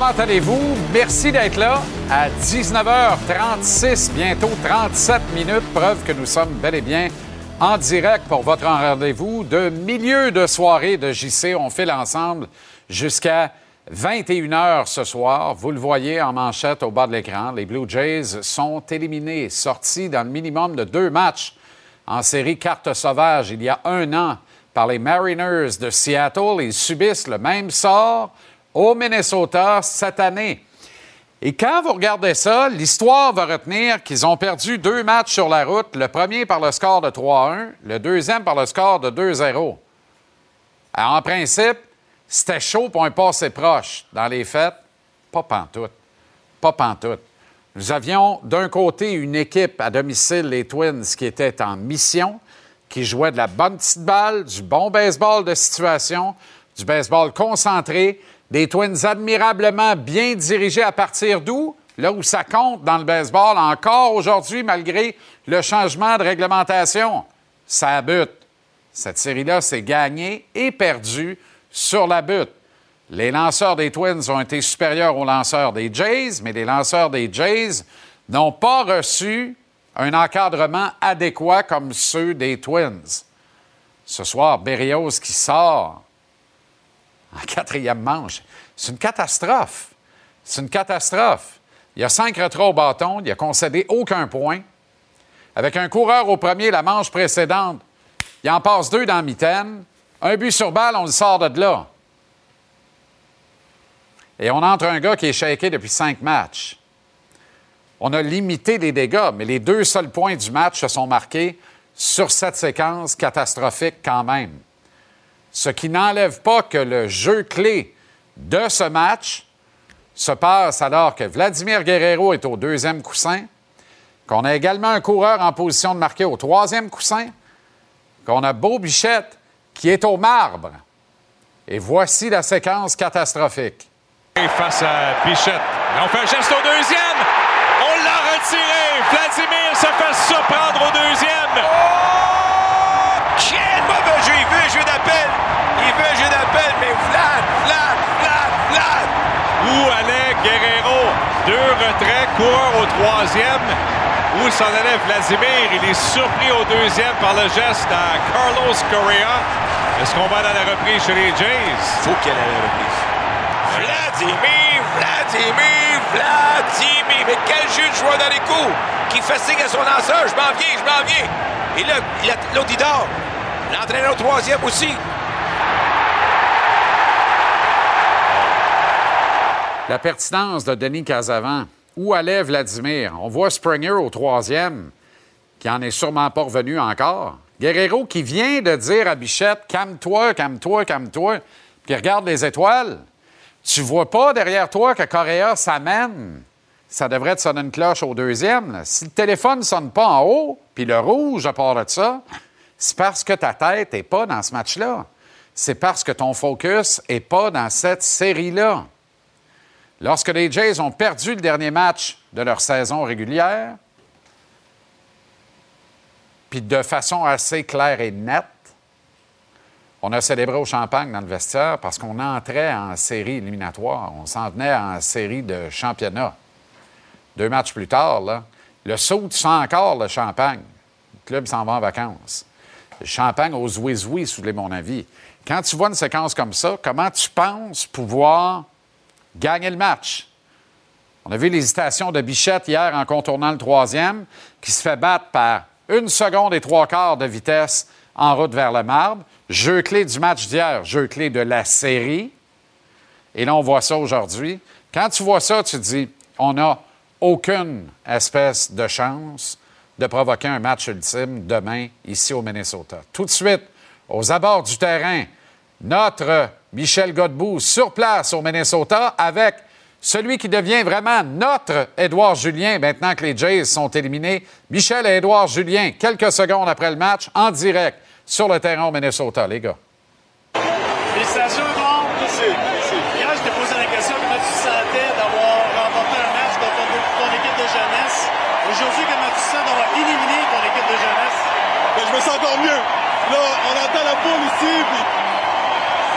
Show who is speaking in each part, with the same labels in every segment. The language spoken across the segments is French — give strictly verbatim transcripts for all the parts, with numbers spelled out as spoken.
Speaker 1: comment allez-vous? Merci d'être là à dix-neuf heures trente-six, bientôt trente-sept minutes, preuve que nous sommes bel et bien en direct pour votre rendez-vous de milieu de soirée de J C. On file ensemble jusqu'à vingt et une heures ce soir. Vous le voyez en manchette au bas de l'écran. Les Blue Jays sont éliminés, sortis dans le minimum de deux matchs en série carte sauvage il y a un an par les Mariners de Seattle. Ils subissent le même sort au Minnesota cette année. Et quand vous regardez ça, l'histoire va retenir qu'ils ont perdu deux matchs sur la route, le premier par le score de trois à un, le deuxième par le score de deux à zéro. Alors, en principe, c'était chaud pour un passé proche. Dans les faits, pas pantoute. Pas pantoute. Nous avions d'un côté une équipe à domicile, les Twins, qui était en mission, qui jouait de la bonne petite balle, du bon baseball de situation, du baseball concentré, des Twins admirablement bien dirigés à partir d'où? Là où ça compte dans le baseball, encore aujourd'hui, malgré le changement de réglementation. Ça bute. Cette série-là s'est gagnée et perdue sur la butte. Les lanceurs des Twins ont été supérieurs aux lanceurs des Jays, mais les lanceurs des Jays n'ont pas reçu un encadrement adéquat comme ceux des Twins. Ce soir, Berrios qui sort en quatrième manche. C'est une catastrophe. C'est une catastrophe. Il y a cinq retraits au bâton. Il n'a concédé aucun point. Avec un coureur au premier, la manche précédente, il en passe deux dans la mitaine. Un but sur balle, on le sort de là. Et on entre un gars qui est shaké depuis cinq matchs. On a limité les dégâts, mais les deux seuls points du match se sont marqués sur cette séquence catastrophique quand même. Ce qui n'enlève pas que le jeu clé de ce match se passe alors que Vladimir Guerrero est au deuxième coussin, qu'on a également un coureur en position de marquer au troisième coussin, qu'on a Bo Bichette qui est au marbre. Et voici la séquence catastrophique.
Speaker 2: Et face à Bichette. On fait un geste au deuxième. On l'a retiré. Vladimir se fait surprendre au deuxième.
Speaker 3: Oh! Quel mauvais jeu. Il veut un jeu d'appel. Il veut un jeu d'appel, mais Vlad, Vlad, Vlad, Vlad.
Speaker 2: Où allait Guerrero? Deux retraits, coureur au troisième. Où s'en allait Vladimir? Il est surpris au deuxième par le geste à Carlos Correa. Est-ce qu'on va dans la reprise chez les Jays?
Speaker 3: Faut qu'il y ait la reprise. Vladimir, Vladimir, Vladimir. Mais quel jeu de joueur dans les coups qui fait signe à son lanceur. Je m'en viens, je m'en viens. Et là, l'autre il dort. L'entraîneur au troisième aussi.
Speaker 1: La pertinence de Denis Casavant. Où allait Vladimir? On voit Springer au troisième, qui en est sûrement pas revenu encore. Guerrero qui vient de dire à Bichette « Calme-toi, calme-toi, calme-toi », puis regarde les étoiles. Tu vois pas derrière toi que Correa s'amène. Ça devrait te sonner une cloche au deuxième. Là. Si le téléphone ne sonne pas en haut, puis le rouge à part de ça, c'est parce que ta tête n'est pas dans ce match-là. C'est parce que ton focus n'est pas dans cette série-là. Lorsque les Jays ont perdu le dernier match de leur saison régulière, puis de façon assez claire et nette, on a célébré au champagne dans le vestiaire parce qu'on entrait en série éliminatoire. On s'en venait en série de championnat. Deux matchs plus tard, là, le saut sent encore le champagne. Le club s'en va en vacances. Le champagne aux zouis-zouis, sous mon avis. Quand tu vois une séquence comme ça, comment tu penses pouvoir gagner le match? On a vu l'hésitation de Bichette hier en contournant le troisième, qui se fait battre par une seconde et trois quarts de vitesse en route vers le marbre. Jeu clé du match d'hier, jeu clé de la série. Et là, on voit ça aujourd'hui. Quand tu vois ça, tu te dis, on n'a aucune espèce de chance de provoquer un match ultime demain ici au Minnesota. Tout de suite, aux abords du terrain, notre Michel Godbout sur place au Minnesota avec celui qui devient vraiment notre Édouard Julien maintenant que les Jays sont éliminés. Michel et Édouard Julien, quelques secondes après le match, en direct sur le terrain au Minnesota, les gars.
Speaker 4: Félicitations, Edouard. Merci. Merci. Hier, je t'ai posé la question comment tu te sentais d'avoir remporté un match contre ton, ton équipe de jeunesse. Aujourd'hui, comment tu te sens d'avoir éliminé ton équipe de jeunesse?
Speaker 5: Ben, je me sens encore mieux. Là, on entend la poule ici, puis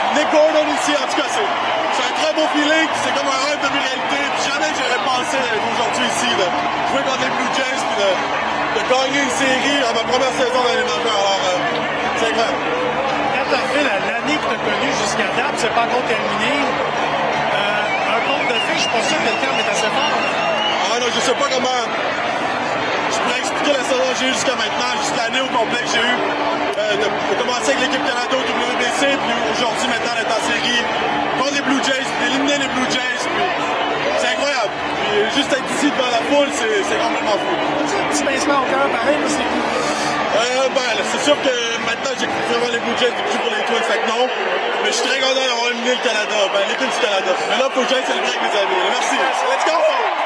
Speaker 5: Nick Gordon ici, en tout cas, c'est, c'est un très beau feeling, c'est comme un rêve de réalité. Puis jamais j'aurais pensé d'être aujourd'hui ici, de jouer contre les Blue Jays, puis de, de gagner une série à ma première saison dans les majeurs. Alors, euh, c'est incroyable.
Speaker 4: Quand tu as fait l'année que tu as connue jusqu'à date, c'est pas encore terminé. Euh, un compte de fait, je suis pas sûr que le terme est assez fort.
Speaker 5: Ah non, je sais pas comment. Je pourrais expliquer la saison que j'ai eue jusqu'à maintenant, juste l'année au complet que j'ai eue. Euh, de, de commencer avec l'équipe Canada au W B C, puis aujourd'hui, maintenant, d'être en série contre les Blue Jays, puis d'éliminer les Blue Jays, puis c'est incroyable. Puis juste être ici devant la foule, c'est, c'est complètement fou.
Speaker 4: C'est un petit pincement au cœur, pareil, parce que
Speaker 5: euh, ben, là, c'est sûr que maintenant, j'écoute vraiment les Blue Jays depuis pour les Twins, fait que non. Mais je suis très content d'avoir éliminé le Canada, ben, l'équipe du Canada. Mais là, il faut que j'aille célébrer avec mes amis. Merci. Let's go!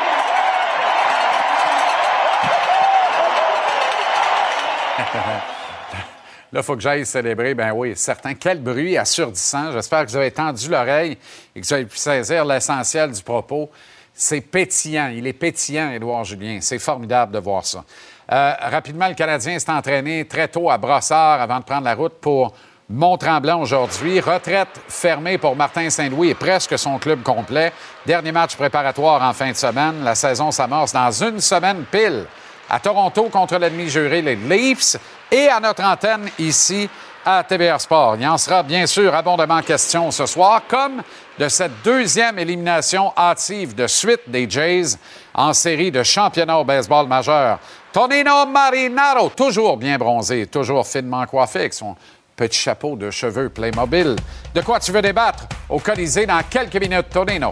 Speaker 1: Là, il faut que j'aille célébrer. Ben oui, certain. Quel bruit assourdissant. J'espère que vous avez tendu l'oreille et que vous avez pu saisir l'essentiel du propos. C'est pétillant. Il est pétillant, Édouard Julien. C'est formidable de voir ça. Euh, rapidement, le Canadien s'est entraîné très tôt à Brossard avant de prendre la route pour Mont-Tremblant aujourd'hui. Retraite fermée pour Martin Saint-Louis et presque son club complet. Dernier match préparatoire en fin de semaine. La saison s'amorce dans une semaine pile à Toronto contre l'ennemi juré, les Leafs, et à notre antenne ici à T V R Sport. Il en sera bien sûr abondamment question ce soir, comme de cette deuxième élimination hâtive de suite des Jays en série de championnat au baseball majeur. Tonino Marinaro, toujours bien bronzé, toujours finement coiffé avec son petit chapeau de cheveux Playmobil. De quoi tu veux débattre au Colisée dans quelques minutes, Tonino?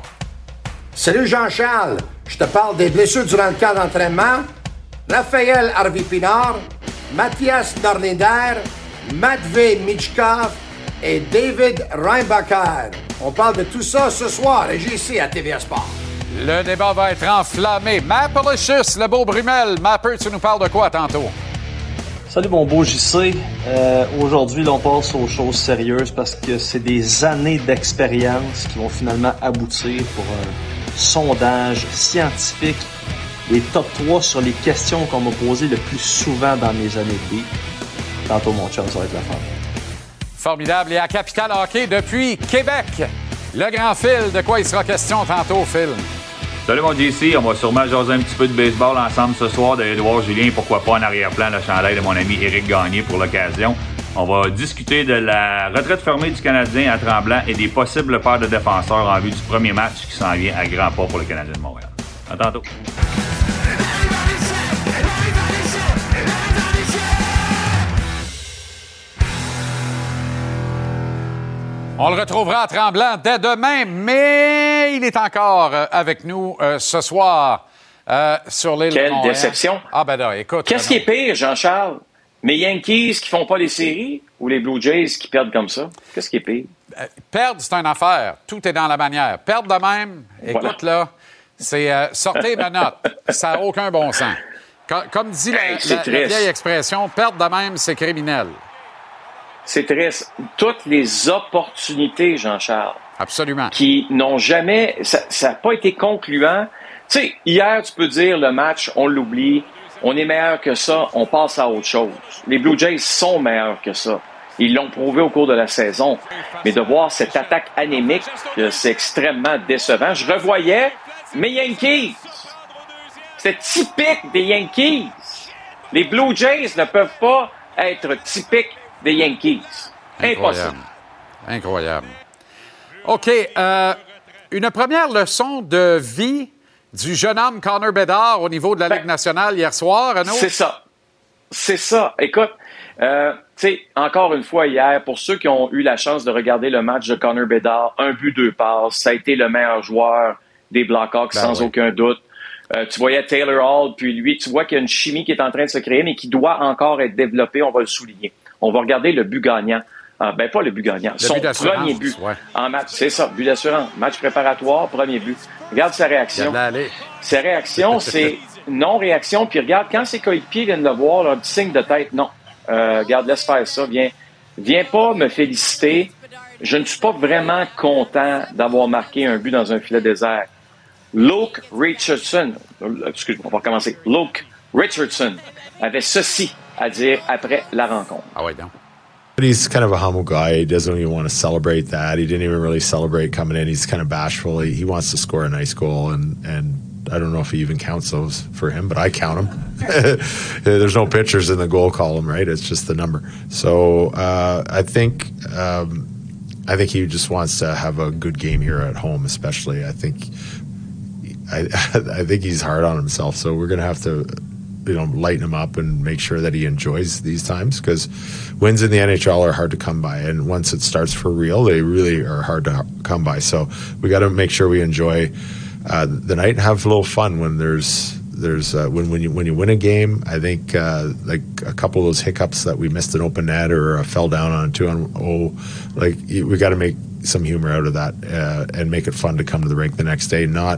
Speaker 6: Salut Jean-Charles, je te parle des blessures durant le camp d'entraînement. Raphaël Harvey-Pinard, Mathias Norlinder, Matvey Michkov et David Reinbacher. On parle de tout ça ce soir et j'ai ici à T V R Sport.
Speaker 1: Le débat va être enflammé. Mapalicious, le beau Brumel. Mapper, tu nous parles de quoi tantôt?
Speaker 7: Salut mon beau J C. Euh, aujourd'hui, on passe aux choses sérieuses parce que c'est des années d'expérience qui vont finalement aboutir pour un sondage scientifique. Les top trois sur les questions qu'on m'a posées le plus souvent dans mes années de vie. Tantôt, mon chum, ça va être la fin.
Speaker 1: Formidable. Et à Capital Hockey depuis Québec, le grand Phil. De quoi il sera question tantôt, Phil?
Speaker 8: Salut mon J C, on va sûrement jaser un petit peu de baseball ensemble ce soir de Édouard Julien. Pourquoi pas en arrière-plan le chandail de mon ami Éric Gagné pour l'occasion. On va discuter de la retraite fermée du Canadien à Tremblant et des possibles paires de défenseurs en vue du premier match qui s'en vient à grands pas pour le Canadien de Montréal. À tantôt.
Speaker 1: On le retrouvera à Tremblant dès demain, mais il est encore euh, avec nous euh, ce soir euh, sur l'île
Speaker 9: Quelle
Speaker 1: de Montréal.
Speaker 9: déception.
Speaker 1: Ah ben là, écoute.
Speaker 9: Qu'est-ce qui est pire, Jean-Charles? Les Yankees qui font pas les séries ou les Blue Jays qui perdent comme ça? Qu'est-ce qui est pire?
Speaker 1: Euh, perdre, c'est une affaire. Tout est dans la manière. Perdre de même, écoute voilà. là, c'est euh, sortez ma note. Ça n'a aucun bon sens. Comme, comme dit la,
Speaker 9: hey,
Speaker 1: la, la vieille expression, perdre de même, c'est criminel.
Speaker 9: C'est triste. Toutes les opportunités, Jean-Charles.
Speaker 1: Absolument.
Speaker 9: Qui n'ont jamais... Ça n'a pas été concluant. Tu sais, hier, tu peux dire le match, on l'oublie, on est meilleur que ça, on passe à autre chose. Les Blue Jays sont meilleurs que ça. Ils l'ont prouvé au cours de la saison. Mais de voir cette attaque anémique, c'est extrêmement décevant. Je revoyais mes Yankees. C'est typique des Yankees. Les Blue Jays ne peuvent pas être typiques des Yankees. Impossible.
Speaker 1: Incroyable. Incroyable. OK. Euh, une première leçon de vie du jeune homme Connor Bedard au niveau de la ben, Ligue nationale hier soir, Renaud?
Speaker 9: C'est ça. C'est ça. Écoute, euh, tu sais, encore une fois hier, pour ceux qui ont eu la chance de regarder le match de Connor Bedard, un but, deux passes, ça a été le meilleur joueur des Blackhawks, ben sans oui. aucun doute. Euh, tu voyais Taylor Hall, puis lui, tu vois qu'il y a une chimie qui est en train de se créer, mais qui doit encore être développée, on va le souligner. On va regarder le but gagnant. Euh, ben, pas le but gagnant. Le son but premier but ouais. en match. C'est ça, but d'assurance. Match préparatoire, premier but. Regarde sa réaction. Sa réaction, c'est non-réaction. Puis regarde, quand ses coéquipiers viennent le voir, un petit signe de tête, non. Euh, regarde, laisse faire ça. Viens, viens pas me féliciter. Je ne suis pas vraiment content d'avoir marqué un but dans un filet désert. Luke Richardson, excuse-moi, on va commencer. Luke Richardson avait ceci à dire après la rencontre.
Speaker 1: Ah ouais, donc.
Speaker 10: but he's kind of a humble guy. He doesn't even want to celebrate that. He didn't even really celebrate coming in. He's kind of bashful. He, he wants to score a nice goal, and and I don't know if he even counts those for him, but I count them. There's no pictures in the goal column, right? It's just the number. So uh, I think um, I think he just wants to have a good game here at home, especially. I think I I think he's hard on himself, so we're gonna have to, you know, lighten him up and make sure that he enjoys these times, because wins in the N H L are hard to come by, and once it starts for real, they really are hard to come by. So we got to make sure we enjoy uh, the night and have a little fun when there's there's uh, when when you when you win a game. I think uh, like a couple of those hiccups that we missed an open net or uh, fell down on a two on oh, like we got to make some humor out of that uh, and make it fun to come to the rink the next day, not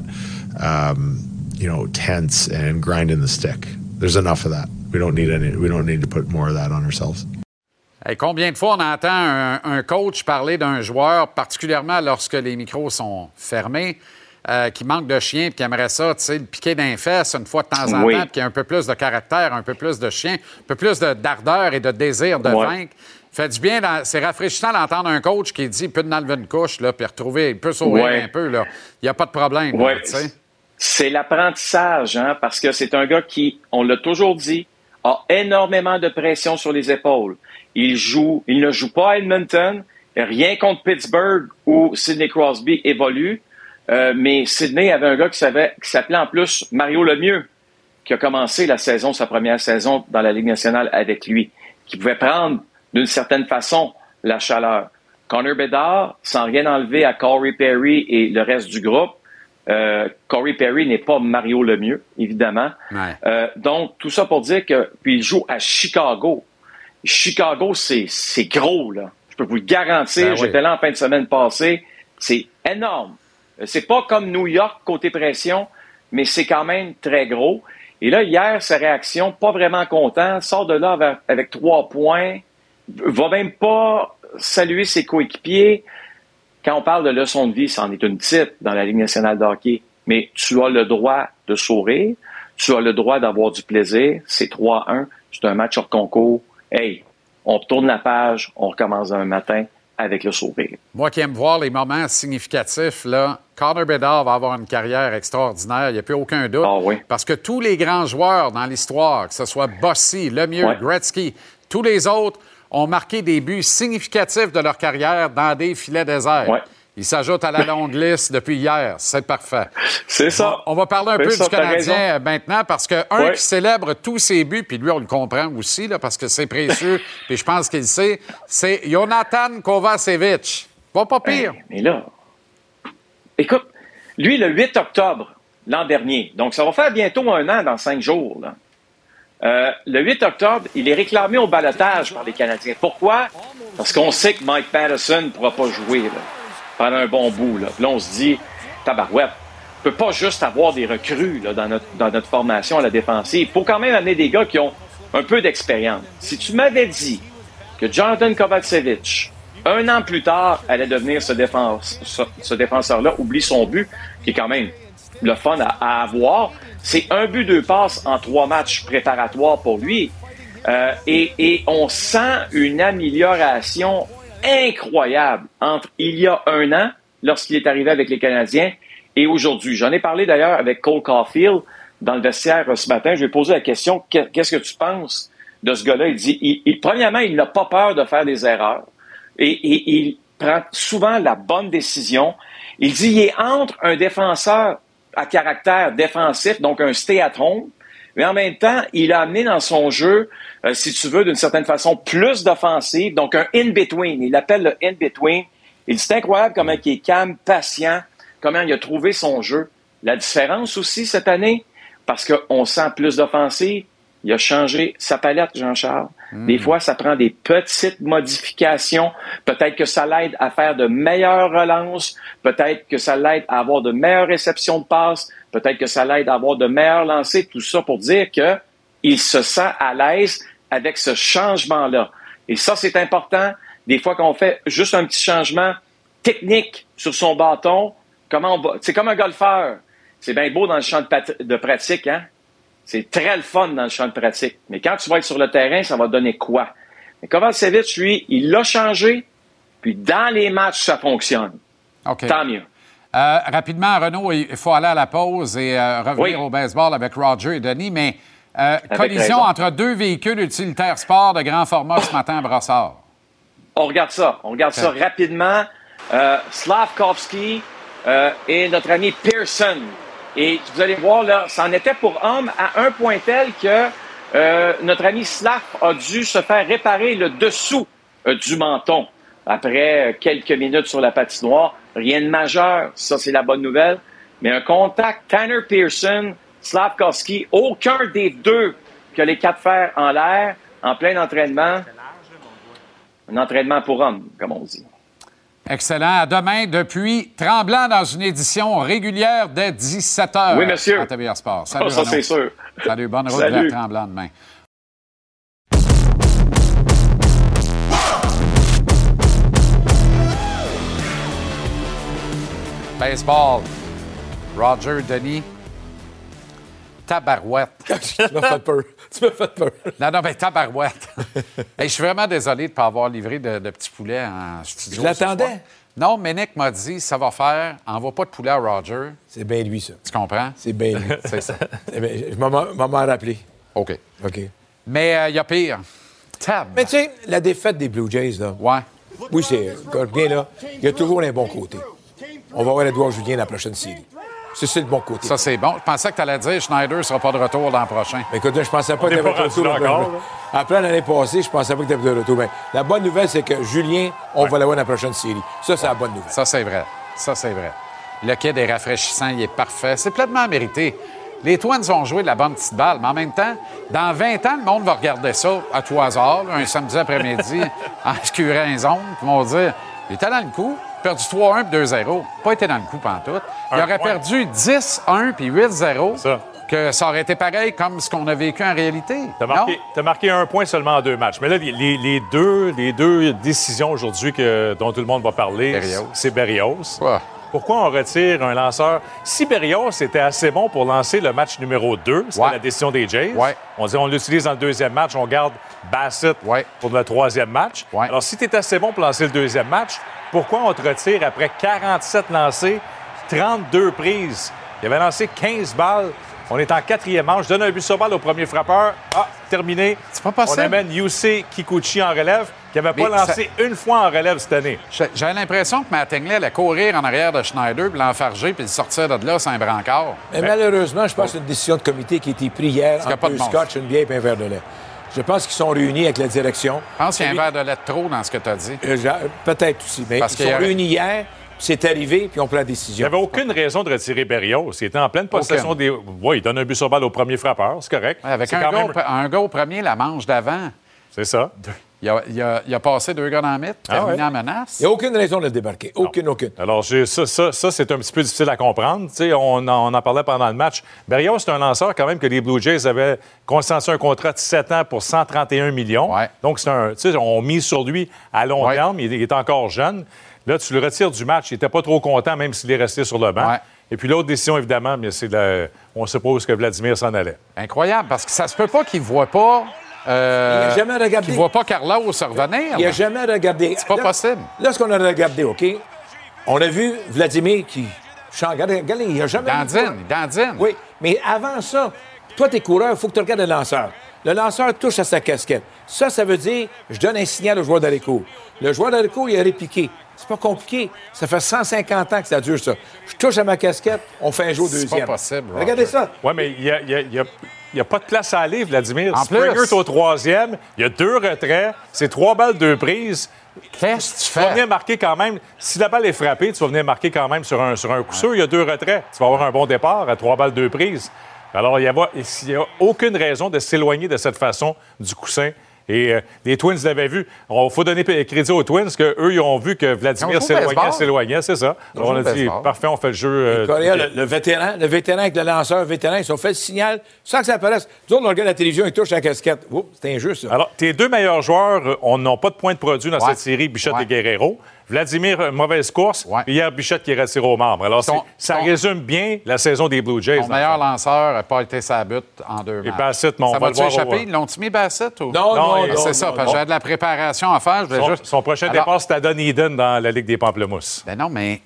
Speaker 10: um, you know, tense and grinding the stick. There's enough of that. We don't need any. We don't need to put more of that on ourselves.
Speaker 1: Hey, combien de fois on entend un, un coach parler d'un joueur, particulièrement lorsque les micros sont fermés, euh, qui manque de chien et qui aimerait ça, tu sais, le piquer d'un fesse une fois de temps en
Speaker 9: oui.
Speaker 1: temps, puis qui a un peu plus de caractère, un peu plus de chien, un peu plus de, d'ardeur et de désir de
Speaker 9: ouais.
Speaker 1: vaincre. Fait du bien, c'est rafraîchissant d'entendre un coach qui dit il peut enlever une couche, là, puis retrouver, il peut sourire ouais. un peu, là. Il n'y a pas de problème,
Speaker 9: ouais.
Speaker 1: là, tu sais.
Speaker 9: C'est l'apprentissage, hein, parce que c'est un gars qui, on l'a toujours dit, a énormément de pression sur les épaules. Il joue, il ne joue pas à Edmonton, rien contre Pittsburgh où Sidney Crosby évolue, euh, mais Sidney avait un gars qui, savait, qui s'appelait en plus Mario Lemieux, qui a commencé la saison, sa première saison dans la Ligue nationale avec lui, qui pouvait prendre d'une certaine façon la chaleur. Connor Bedard, sans rien enlever à Corey Perry et le reste du groupe, Euh, Corey Perry n'est pas Mario Lemieux, évidemment.
Speaker 1: Ouais.
Speaker 9: Euh, donc, tout ça pour dire que... Puis, il joue à Chicago. Chicago, c'est, c'est gros, là. Je peux vous le garantir.
Speaker 1: Ben
Speaker 9: J'étais
Speaker 1: oui.
Speaker 9: là en fin de semaine passée. C'est énorme. C'est pas comme New York, côté pression, mais c'est quand même très gros. Et là, hier, sa réaction, pas vraiment content, sort de là avec, avec trois points, va même pas saluer ses coéquipiers. Quand on parle de leçon de vie, c'en est une petite dans la Ligue nationale de hockey. Mais tu as le droit de sourire, tu as le droit d'avoir du plaisir. C'est trois un, c'est un match hors concours. Hey, on tourne la page, on recommence un matin avec le sourire.
Speaker 1: Moi qui aime voir les moments significatifs, là, Connor Bedard va avoir une carrière extraordinaire, il n'y a plus aucun doute.
Speaker 9: Ah oui.
Speaker 1: Parce que tous les grands joueurs dans l'histoire, que ce soit Bossy, Lemieux,
Speaker 9: ouais.
Speaker 1: Gretzky, tous les autres ont marqué des buts significatifs de leur carrière dans des filets déserts.
Speaker 9: Ouais.
Speaker 1: Ils s'ajoutent à la longue liste depuis hier. C'est parfait.
Speaker 9: C'est ça.
Speaker 1: On, on va parler un
Speaker 9: C'est
Speaker 1: peu
Speaker 9: ça,
Speaker 1: du Canadien maintenant, parce qu'un
Speaker 9: ouais.
Speaker 1: qui célèbre tous ses buts, puis lui, on le comprend aussi, là, parce que c'est précieux, puis je pense qu'il le sait, c'est Jonathan Kovacevic. Pas pas pire.
Speaker 9: Hey, mais là, écoute, lui, le huit octobre l'an dernier, donc ça va faire bientôt un an dans cinq jours, là. Euh, le huit octobre, il est réclamé au ballottage par les Canadiens. Pourquoi? Parce qu'on sait que Mike Patterson ne pourra pas jouer là, pendant un bon bout. Là, là on se dit, tabarouette, on ne peut pas juste avoir des recrues là, dans, notre, dans notre formation à la défensive. Il faut quand même amener des gars qui ont un peu d'expérience. Si tu m'avais dit que Jonathan Kovacevic, un an plus tard, allait devenir ce, défense, ce, ce défenseur-là, oublie son but, qui est quand même le fun à, à avoir. C'est un but, deux passes en trois matchs préparatoires pour lui. Euh, et, et on sent une amélioration incroyable entre il y a un an, lorsqu'il est arrivé avec les Canadiens, et aujourd'hui. J'en ai parlé d'ailleurs avec Cole Caulfield dans le vestiaire ce matin. Je lui ai posé la question, qu'est-ce que tu penses de ce gars-là? Il dit, il, il, premièrement, il n'a pas peur de faire des erreurs. Et, et il prend souvent la bonne décision. Il dit, il est entre un défenseur à caractère défensif, donc un stay-at-home, mais en même temps, il a amené dans son jeu, euh, si tu veux, d'une certaine façon, plus d'offensive, donc un in-between. Il l'appelle le in-between. Il dit, c'est incroyable comment il est calme, patient, comment il a trouvé son jeu. La différence aussi cette année, parce qu'on sent plus d'offensive, il a changé sa palette, Jean-Charles. Mmh. Des fois, ça prend des petites modifications. Peut-être que ça l'aide à faire de meilleures relances. Peut-être que ça l'aide à avoir de meilleures réceptions de passes. Peut-être que ça l'aide à avoir de meilleurs lancers. Tout ça pour dire que il se sent à l'aise avec ce changement-là. Et ça, c'est important. Des fois qu'on fait juste un petit changement technique sur son bâton, comment on va... C'est comme un golfeur. C'est bien beau dans le champ de, pat... de pratique, hein? C'est très le fun dans le champ de pratique. Mais quand tu vas être sur le terrain, ça va donner quoi? Mais Kovacevic, lui, il l'a changé, puis dans les matchs, ça fonctionne.
Speaker 1: OK.
Speaker 9: Tant mieux.
Speaker 1: Euh, rapidement, Renaud, il faut aller à la pause et euh, revenir
Speaker 9: Oui.
Speaker 1: au baseball avec Roger et Denis, mais euh, collision
Speaker 9: raison.
Speaker 1: entre deux véhicules utilitaires sport de grand format ce matin à Brossard.
Speaker 9: On regarde ça. On regarde ça rapidement. Euh, Slavkovski euh, et notre ami Pearson. Et vous allez voir, là, ça en était pour homme à un point tel que euh, notre ami Slav a dû se faire réparer le dessous euh, du menton après euh, quelques minutes sur la patinoire. Rien de majeur, ça c'est la bonne nouvelle. Mais un contact, Tanner Pearson, Slavkovski, aucun des deux qui a les quatre fers en l'air, en plein entraînement. Un entraînement pour hommes, comme on dit.
Speaker 1: Excellent. À demain, depuis Tremblant, dans une édition régulière dès dix-sept heures.
Speaker 9: Oui, monsieur.
Speaker 1: À T V R Sport. Salut,
Speaker 9: Oh, ça,
Speaker 1: Renaud.
Speaker 9: c'est sûr.
Speaker 1: Salut, bonne route
Speaker 9: Salut.
Speaker 1: vers Tremblant demain. Baseball. Roger, Denis. Tabarouette.
Speaker 3: Tu m'as fait peur. Tu m'as fait peur.
Speaker 1: Non, non, mais tabarouette. Hey, je suis vraiment désolé de ne pas avoir livré de, de petits poulets en studio.
Speaker 3: Je l'attendais.
Speaker 1: ce soir. Non, Ménic m'a dit, ça va faire, envoie pas de poulet à Roger.
Speaker 3: C'est bien lui, ça.
Speaker 1: Tu comprends?
Speaker 3: C'est bien lui.
Speaker 1: C'est ça.
Speaker 3: Eh bien, je m'en m'en m'en rappelé.
Speaker 1: OK.
Speaker 3: OK.
Speaker 1: Mais il euh, y a pire. Tab.
Speaker 3: Mais tu sais, la défaite des Blue Jays, là.
Speaker 1: Ouais.
Speaker 3: Oui, c'est. Regarde bien, là. Il y a toujours un bon côté. On va voir Edouard Julien la prochaine série. C'est ça le bon côté.
Speaker 1: Ça, c'est bon. Je pensais que tu allais dire Schneider ne sera pas de retour l'an prochain.
Speaker 3: Mais écoute, je pensais pas
Speaker 2: On
Speaker 3: qu'il
Speaker 2: n'est
Speaker 3: avait
Speaker 2: pas
Speaker 3: de retour.
Speaker 2: rendu là encore, là.
Speaker 3: Après l'année passée, je pensais pas qu'il était de retour. Mais la bonne nouvelle, c'est que Julien, on va l'avoir dans la prochaine série. Ça, c'est la bonne nouvelle.
Speaker 1: Ça, c'est vrai. Ça, c'est vrai. Le kid est rafraîchissant, il est parfait. C'est pleinement mérité. Les Twins ont joué de la bonne petite balle, mais en même temps, dans vingt ans, le monde va regarder ça à tout hasard, là, un samedi après-midi, en scurant les ondes, puis vont dire il était dans le coup, perdu trois un puis deux zéro. Pas été dans le coup pantoute. Il
Speaker 2: Un
Speaker 1: aurait
Speaker 2: point.
Speaker 1: perdu dix un puis huit zéro.
Speaker 2: Ça.
Speaker 1: Que ça aurait été pareil comme ce qu'on a vécu en réalité.
Speaker 2: T'as marqué,
Speaker 1: Non?
Speaker 2: t'as marqué un point seulement en deux matchs. Mais là, les, les- les deux, les deux décisions aujourd'hui que, dont tout le monde va parler,
Speaker 1: Berrios.
Speaker 2: c'est Berrios.
Speaker 1: Ouais.
Speaker 2: Pourquoi on retire un lanceur? Si Berrios était assez bon pour lancer le match numéro deux, c'était
Speaker 1: Ouais.
Speaker 2: la décision des Jays.
Speaker 1: Ouais.
Speaker 2: On dit on l'utilise dans le deuxième match, on garde Bassett
Speaker 1: Ouais.
Speaker 2: pour le troisième match.
Speaker 1: Ouais.
Speaker 2: Alors, si tu es assez bon pour lancer le deuxième match, pourquoi on te retire après quarante-sept lancés, trente-deux prises? Il avait lancé quinze balles. On est en quatrième manche. Donne un but sur balle au premier frappeur. Ah, terminé.
Speaker 1: C'est pas possible.
Speaker 2: On amène Yusei Kikuchi en relève, qui n'avait pas
Speaker 1: Mais
Speaker 2: lancé une fois en relève cette année.
Speaker 1: J'ai- J'avais l'impression que Mattingly allait courir en arrière de Schneider, puis l'enfarger, puis le sortir de là, c'est un brancard.
Speaker 3: Mais malheureusement, je pense que c'est une décision de comité qui a été prise hier
Speaker 1: qu'il y a
Speaker 3: entre
Speaker 1: pas de
Speaker 3: deux
Speaker 1: bon
Speaker 3: scotch, une bière et un verre de lait. Je pense qu'ils sont réunis avec la direction.
Speaker 1: Je pense qu'il y a un verre de lait de trop dans ce que tu as dit.
Speaker 3: Euh, j'a- Peut-être aussi, mais
Speaker 1: Parce
Speaker 3: ils
Speaker 1: qu'il y
Speaker 3: sont
Speaker 1: a-
Speaker 3: réunis hier, puis c'est arrivé, puis on prend la
Speaker 2: Il
Speaker 3: décision.
Speaker 2: n'y avait aucune raison de retirer Berrios. Il était en pleine possession
Speaker 1: Aucune.
Speaker 2: des. Oui, il donne un but sur balle au premier frappeur, c'est correct.
Speaker 1: Ouais, avec
Speaker 2: C'est
Speaker 1: un
Speaker 2: quand
Speaker 1: gars,
Speaker 2: même-
Speaker 1: au pre- un gars au premier, la manche d'avant,
Speaker 2: C'est ça.
Speaker 1: il a, il a- il a passé deux gars dans la mythe,
Speaker 2: Ah
Speaker 1: terminé
Speaker 2: ouais.
Speaker 1: en menace.
Speaker 3: Il n'y a aucune raison de le débarquer. Aucune, aucune.
Speaker 2: Alors, j'ai- ça, ça, ça, c'est un petit peu difficile à comprendre. Tu sais, on, en, on en parlait pendant le match. Berrios, c'est un lanceur quand même que les Blue Jays avaient consensué un contrat de sept ans pour cent trente et un millions.
Speaker 1: Ouais.
Speaker 2: Donc, c'est un, tu sais, on mise sur lui à long
Speaker 1: Ouais.
Speaker 2: terme. Il, il est encore jeune. Là, tu le retires du match. Il n'était pas trop content, même s'il est resté sur le banc.
Speaker 1: Ouais.
Speaker 2: Et puis l'autre décision, évidemment, mais c'est la- on suppose que Vladimir s'en allait.
Speaker 1: Incroyable, parce que ça se peut pas qu'il ne voit pas... euh,
Speaker 3: Il a jamais regardé.
Speaker 1: qu'il voit pas Carlos se revenir.
Speaker 3: Il n'a
Speaker 1: là.
Speaker 3: jamais regardé.
Speaker 1: C'est pas
Speaker 3: Là-
Speaker 1: possible.
Speaker 3: Là, ce qu'on a regardé, OK? On a vu Vladimir qui chante. Regardez, regardez, il n'a jamais.
Speaker 1: Dandine, il dandine.
Speaker 3: Oui, mais avant ça, toi, t'es coureur, il faut que tu regardes le lanceur. Le lanceur touche à sa casquette. Ça, ça veut dire, je donne un signal au joueur d'Aléco. Le joueur d'Aléco, il a répliqué. C'est pas compliqué. Ça fait cent cinquante ans que ça dure, ça. Je touche à ma casquette, on fait un jour
Speaker 1: C'est
Speaker 3: deuxième.
Speaker 1: pas possible, Roger.
Speaker 3: Regardez ça.
Speaker 2: Oui, mais il n'y a, il y a- il y a- il y a pas de place à aller, Vladimir.
Speaker 1: En
Speaker 2: Springer
Speaker 1: plus.
Speaker 2: est au troisième. Il y a deux retraits. C'est trois balles, deux prises.
Speaker 1: Qu'est-ce que tu
Speaker 2: Tu vas
Speaker 1: fais?
Speaker 2: venir marquer quand même. Si la balle est frappée, tu vas venir marquer quand même sur un, sur un coup sûr. Il y a deux retraits. Tu vas avoir un bon départ à trois balles, deux prises. Alors, il n'y a, il y a aucune raison de s'éloigner de cette façon du coussin. Et euh, les Twins l'avaient vu. Il faut donner crédit aux Twins qu'eux, ils ont vu que
Speaker 1: Ils ont
Speaker 2: Vladimir
Speaker 1: joué au
Speaker 2: s'éloignait,
Speaker 1: baseball.
Speaker 2: s'éloignait, c'est ça.
Speaker 1: Ils ont
Speaker 2: Alors, on
Speaker 1: joué
Speaker 2: a
Speaker 1: au
Speaker 2: dit,
Speaker 1: baseball.
Speaker 2: parfait, on fait le jeu. euh,
Speaker 3: Correa, le, le vétéran, le vétéran avec le lanceur, le vétéran, ils ont fait le signal sans que ça apparaisse. Nous autres, on regarde la télévision, ils touchent à la casquette. Oups, c'est injuste, ça.
Speaker 2: Alors, tes deux meilleurs joueurs, euh, on n'a pas de points de produit dans
Speaker 1: Ouais.
Speaker 2: cette série, Bichette
Speaker 1: Ouais.
Speaker 2: et Guerrero.
Speaker 11: Vladimir, mauvaise course.
Speaker 1: Ouais.
Speaker 11: Et hier, Bichette qui est retiré au marbre. Alors,
Speaker 1: Ton,
Speaker 11: ça
Speaker 1: ton,
Speaker 11: résume bien la saison des Blue Jays.
Speaker 1: Ton meilleur lanceur n'a pas été sa butte en deux matchs.
Speaker 11: Et Bassett, mon,
Speaker 1: ça
Speaker 11: on va
Speaker 1: va-tu
Speaker 11: le voir.
Speaker 1: échapper? Ils l'ont-tu mis Bassett? Ou...
Speaker 11: Non, non,
Speaker 1: non. C'est ça,
Speaker 11: non,
Speaker 1: parce que
Speaker 11: non.
Speaker 1: j'avais de la préparation à faire. Je
Speaker 11: Son,
Speaker 1: juste...
Speaker 11: son prochain
Speaker 1: Alors,
Speaker 11: départ, c'est à Dunedin dans la Ligue des Pamplemousses.
Speaker 1: Ben non, mais...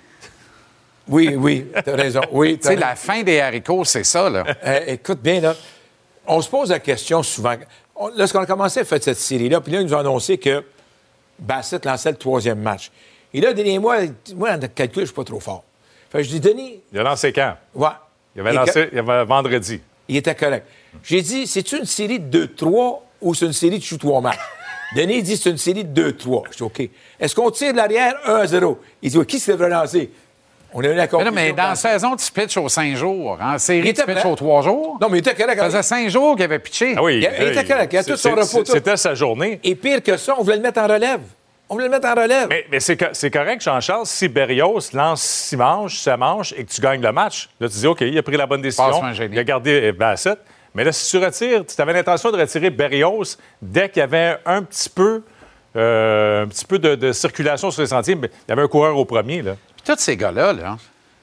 Speaker 12: Oui, oui, t'as raison. Oui,
Speaker 1: tu sais, la fin des haricots, c'est ça, là.
Speaker 12: Euh, écoute bien, là, on se pose la question souvent. On, lorsqu'on a commencé à faire cette série-là, puis là, ils nous ont annoncé que Bassett lançait le troisième match. Et là, dernier mois, moi, en calcul, je suis pas trop fort. Fait que je dis, Denis...
Speaker 11: Il a lancé quand?
Speaker 12: Ouais.
Speaker 11: Il avait lancé il avait vendredi.
Speaker 12: Il était correct. J'ai dit, c'est-tu une série de deux trois ou c'est une série de chou trois matchs? Denis dit, c'est une série de deux trois. Je dis, OK. Est-ce qu'on tire de l'arrière un à zéro? Il dit, ouais, qui se devrait lancer? On est d'accord.
Speaker 1: Mais, non, mais dans la saison, tu pitches aux cinq jours. En série, tu pitches aux trois jours.
Speaker 12: Non, mais il était correct.
Speaker 1: Ça faisait cinq jours qu'il avait pitché.
Speaker 11: Ah oui,
Speaker 12: il, il était correct. Il a tout son repos.
Speaker 11: C'était sa journée.
Speaker 12: Et pire que ça, on voulait le mettre en relève. On voulait le mettre en relève.
Speaker 11: Mais, mais c'est, c'est correct, Jean-Charles, si Berrios lance six manches, sept manches et que tu gagnes le match, là, tu dis, OK, il a pris la bonne décision. Il a gardé Bassett. Mais là, si tu retires, tu avais l'intention de retirer Berrios dès qu'il y avait un petit peu, euh, un petit peu de, de circulation sur les sentiers. Mais il y avait un coureur au premier, là.
Speaker 1: Puis tous ces gars-là, là,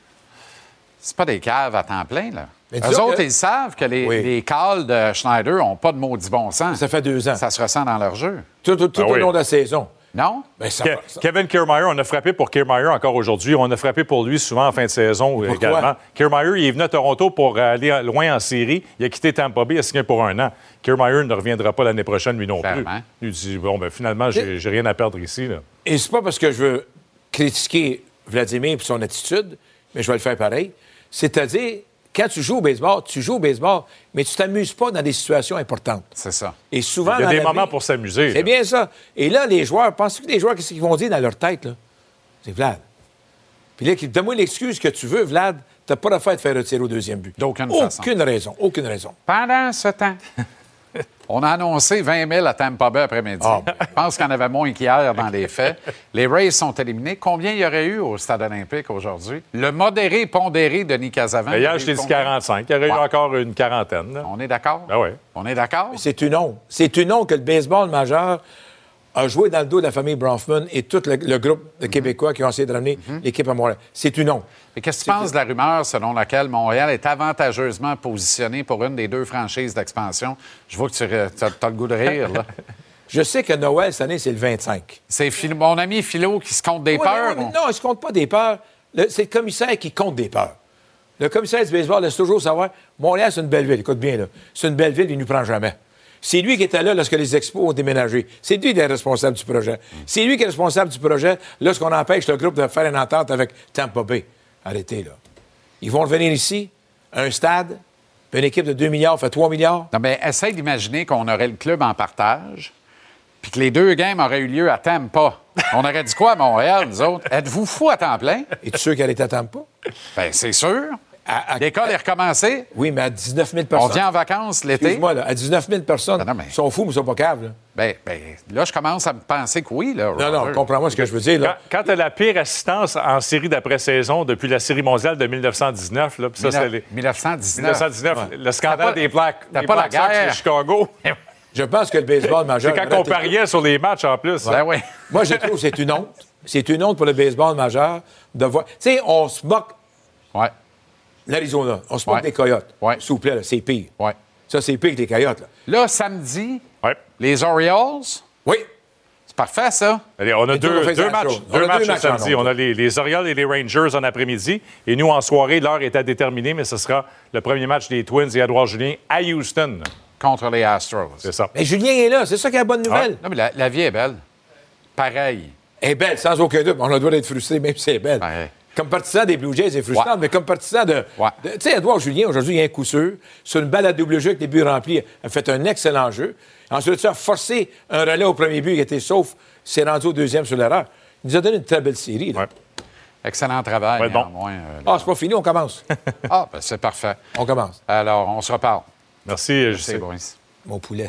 Speaker 1: c'est pas des caves à temps plein, là.
Speaker 12: Mais
Speaker 1: eux autres,
Speaker 12: que...
Speaker 1: ils savent que les,
Speaker 12: oui.
Speaker 1: les calls de Schneider n'ont pas de maudit bon sens.
Speaker 12: Ça fait deux ans.
Speaker 1: Ça se ressent dans leur jeu.
Speaker 12: Tout, tout, tout
Speaker 11: ah
Speaker 12: au
Speaker 11: oui.
Speaker 12: long de la saison.
Speaker 1: Non?
Speaker 12: Ben, ça,
Speaker 11: Ke-
Speaker 12: ça...
Speaker 11: Kevin Kiermaier, on a frappé pour Kiermaier encore aujourd'hui. On a frappé pour lui souvent en fin de saison
Speaker 12: Pourquoi?
Speaker 11: également. Kiermaier, il est venu à Toronto pour aller loin en série. Il a quitté Tampa Bay, il a signé pour un an. Kiermaier ne reviendra pas l'année prochaine, lui non
Speaker 1: Clairement.
Speaker 11: plus. Il dit, bon, ben finalement, j'ai, j'ai rien à perdre ici. Là.
Speaker 12: Et c'est pas parce que je veux critiquer Vladimir et son attitude, mais je vais le faire pareil. C'est-à-dire, quand tu joues au baseball, tu joues au baseball, mais tu t'amuses pas dans des situations importantes.
Speaker 1: C'est ça.
Speaker 12: Et souvent,
Speaker 11: Il y a
Speaker 12: dans
Speaker 11: des
Speaker 12: la
Speaker 11: moments
Speaker 12: vie,
Speaker 11: pour s'amuser.
Speaker 12: c'est
Speaker 11: là.
Speaker 12: bien ça. Et là, les joueurs, pensez-vous que les joueurs, qu'est-ce qu'ils vont dire dans leur tête, là? C'est Vlad. Puis là, donne-moi l'excuse que tu veux, Vlad, t'as pas d'affaire de faire retirer au deuxième but.
Speaker 1: D'aucune
Speaker 12: aucune
Speaker 1: façon.
Speaker 12: Aucune raison, aucune raison.
Speaker 1: Pendant ce temps, on a annoncé vingt mille à Tampa Bay après-midi.
Speaker 12: Ah,
Speaker 1: Je pense qu'il y en avait moins qu'hier dans les faits. Les Rays sont éliminés. Combien il y aurait eu au Stade olympique aujourd'hui? Le modéré pondéré de Denis Casavant.
Speaker 11: Hier, je t'ai dit quarante-cinq. Il y aurait
Speaker 1: Ouais.
Speaker 11: eu encore une quarantaine. Là.
Speaker 1: On est d'accord?
Speaker 11: Ah oui.
Speaker 1: On est d'accord?
Speaker 12: C'est une honte. C'est une honte que le baseball majeur a joué dans le dos de la famille Bronfman et tout le, le groupe de Québécois qui ont essayé de ramener l'équipe à Montréal. C'est une honte.
Speaker 1: Et qu'est-ce que tu penses de la rumeur selon laquelle Montréal est avantageusement positionné pour une des deux franchises d'expansion? Je vois que tu as le goût de rire, là.
Speaker 12: Je sais que Noël, cette année, c'est le vingt-cinq.
Speaker 1: C'est Phil- mon ami Philo qui se compte des
Speaker 12: Ouais,
Speaker 1: peurs?
Speaker 12: ouais,
Speaker 1: ou-
Speaker 12: mais non, il ne se compte pas des peurs. Le- c'est le commissaire qui compte des peurs. Le commissaire du baseball laisse toujours savoir Montréal, c'est une belle ville. Écoute bien, là. C'est une belle ville, il ne nous prend jamais. C'est lui qui était là lorsque les expos ont déménagé. C'est lui qui est responsable du projet. C'est lui qui est responsable du projet lorsqu'on empêche le groupe de faire une entente avec Tampa Bay. Arrêtez, là. Ils vont revenir ici, un stade, puis une équipe de deux milliards fait trois milliards.
Speaker 1: Non, mais essaye d'imaginer qu'on aurait le club en partage, puis que les deux games auraient eu lieu à Tampa. On aurait dit quoi à Montréal, nous autres? Êtes-vous fous à temps plein?
Speaker 12: Es-tu sûr qu'elle est à Tampa?
Speaker 1: Bien, c'est sûr.
Speaker 12: À- à-
Speaker 1: L'école est recommencée.
Speaker 12: Oui, mais à dix-neuf mille
Speaker 1: On
Speaker 12: personnes.
Speaker 1: vient en vacances l'été.
Speaker 12: Excuse-moi, là, à dix-neuf mille personnes,
Speaker 1: Ben non, mais-
Speaker 12: ils sont fous, mais ils sont pas caves, là.
Speaker 1: Ben, ben, là, je commence à me penser que oui, là.
Speaker 12: Non, non,
Speaker 1: Roger.
Speaker 12: comprends-moi ce que je veux dire,
Speaker 11: Quand,
Speaker 12: là.
Speaker 11: quand tu as la pire assistance en série d'après-saison depuis la Série mondiale de mille neuf cent dix-neuf, là, puis ça, c'est les...
Speaker 1: mille neuf cent dix-neuf.
Speaker 11: mille neuf cent dix-neuf,
Speaker 1: Ouais.
Speaker 11: le
Speaker 1: T'as
Speaker 11: scandale
Speaker 1: pas-
Speaker 11: des Black,
Speaker 1: t'as
Speaker 11: des
Speaker 1: pas la
Speaker 11: Black Sox
Speaker 1: guerre.
Speaker 11: de Chicago.
Speaker 12: Je pense que le baseball majeur...
Speaker 11: C'est quand on pariait sur les matchs en plus.
Speaker 1: Ben oui.
Speaker 12: Moi, je trouve que c'est une honte. C'est une honte pour le baseball majeur de voir... Tu sais, on se moque
Speaker 1: Ouais.
Speaker 12: l'Arizona. On se moque
Speaker 1: Ouais.
Speaker 12: des Coyotes.
Speaker 1: Ouais.
Speaker 12: S'il vous plaît, là, c'est pire.
Speaker 1: Ouais.
Speaker 12: Ça, c'est pire que les Coyotes, là.
Speaker 1: Là, samedi,
Speaker 11: Ouais.
Speaker 1: les Orioles,
Speaker 12: Oui.
Speaker 1: c'est parfait, ça.
Speaker 11: Allez, on a
Speaker 12: Et tout, on
Speaker 11: deux,
Speaker 12: fait
Speaker 11: deux
Speaker 12: ça,
Speaker 11: matchs,
Speaker 12: chose. On
Speaker 11: deux
Speaker 12: a deux
Speaker 11: matchs
Speaker 12: matchs
Speaker 11: le
Speaker 12: en
Speaker 11: samedi.
Speaker 12: nombre.
Speaker 11: On a les, les Orioles et les Rangers en après-midi. Et nous, en soirée, l'heure est à déterminer, mais ce sera le premier match des Twins et Edouard Julien à Houston.
Speaker 1: Contre les Astros.
Speaker 11: C'est ça.
Speaker 12: Mais Julien est là. C'est ça qui est la bonne nouvelle.
Speaker 1: Non, mais la, la vie est belle. Pareil.
Speaker 12: Elle est belle, sans aucun doute. On a le droit d'être frustré, même si c'est belle.
Speaker 1: Ouais.
Speaker 12: Comme partisan des Blue Jays, c'est frustrant,
Speaker 1: Ouais.
Speaker 12: mais comme partisan de...
Speaker 1: Ouais.
Speaker 12: de- tu sais, Edouard Julien, aujourd'hui, il y a un coup sûr. Sur une balle à double jeu avec les buts remplis, il a fait un excellent jeu. Ensuite, ça a forcé un relais au premier but qui était sauf. C'est rendu au deuxième sur l'erreur. Il nous a donné une très belle série. là.
Speaker 11: Ouais.
Speaker 1: Excellent travail,
Speaker 11: Ouais, bon.
Speaker 1: néanmoins. euh,
Speaker 12: Ah, c'est pas fini, on commence.
Speaker 1: ah, ben, c'est parfait.
Speaker 12: On commence.
Speaker 1: Alors, on se reparle.
Speaker 11: Merci, je
Speaker 1: C'est
Speaker 11: sais.
Speaker 1: Boris.
Speaker 12: Mon poulet.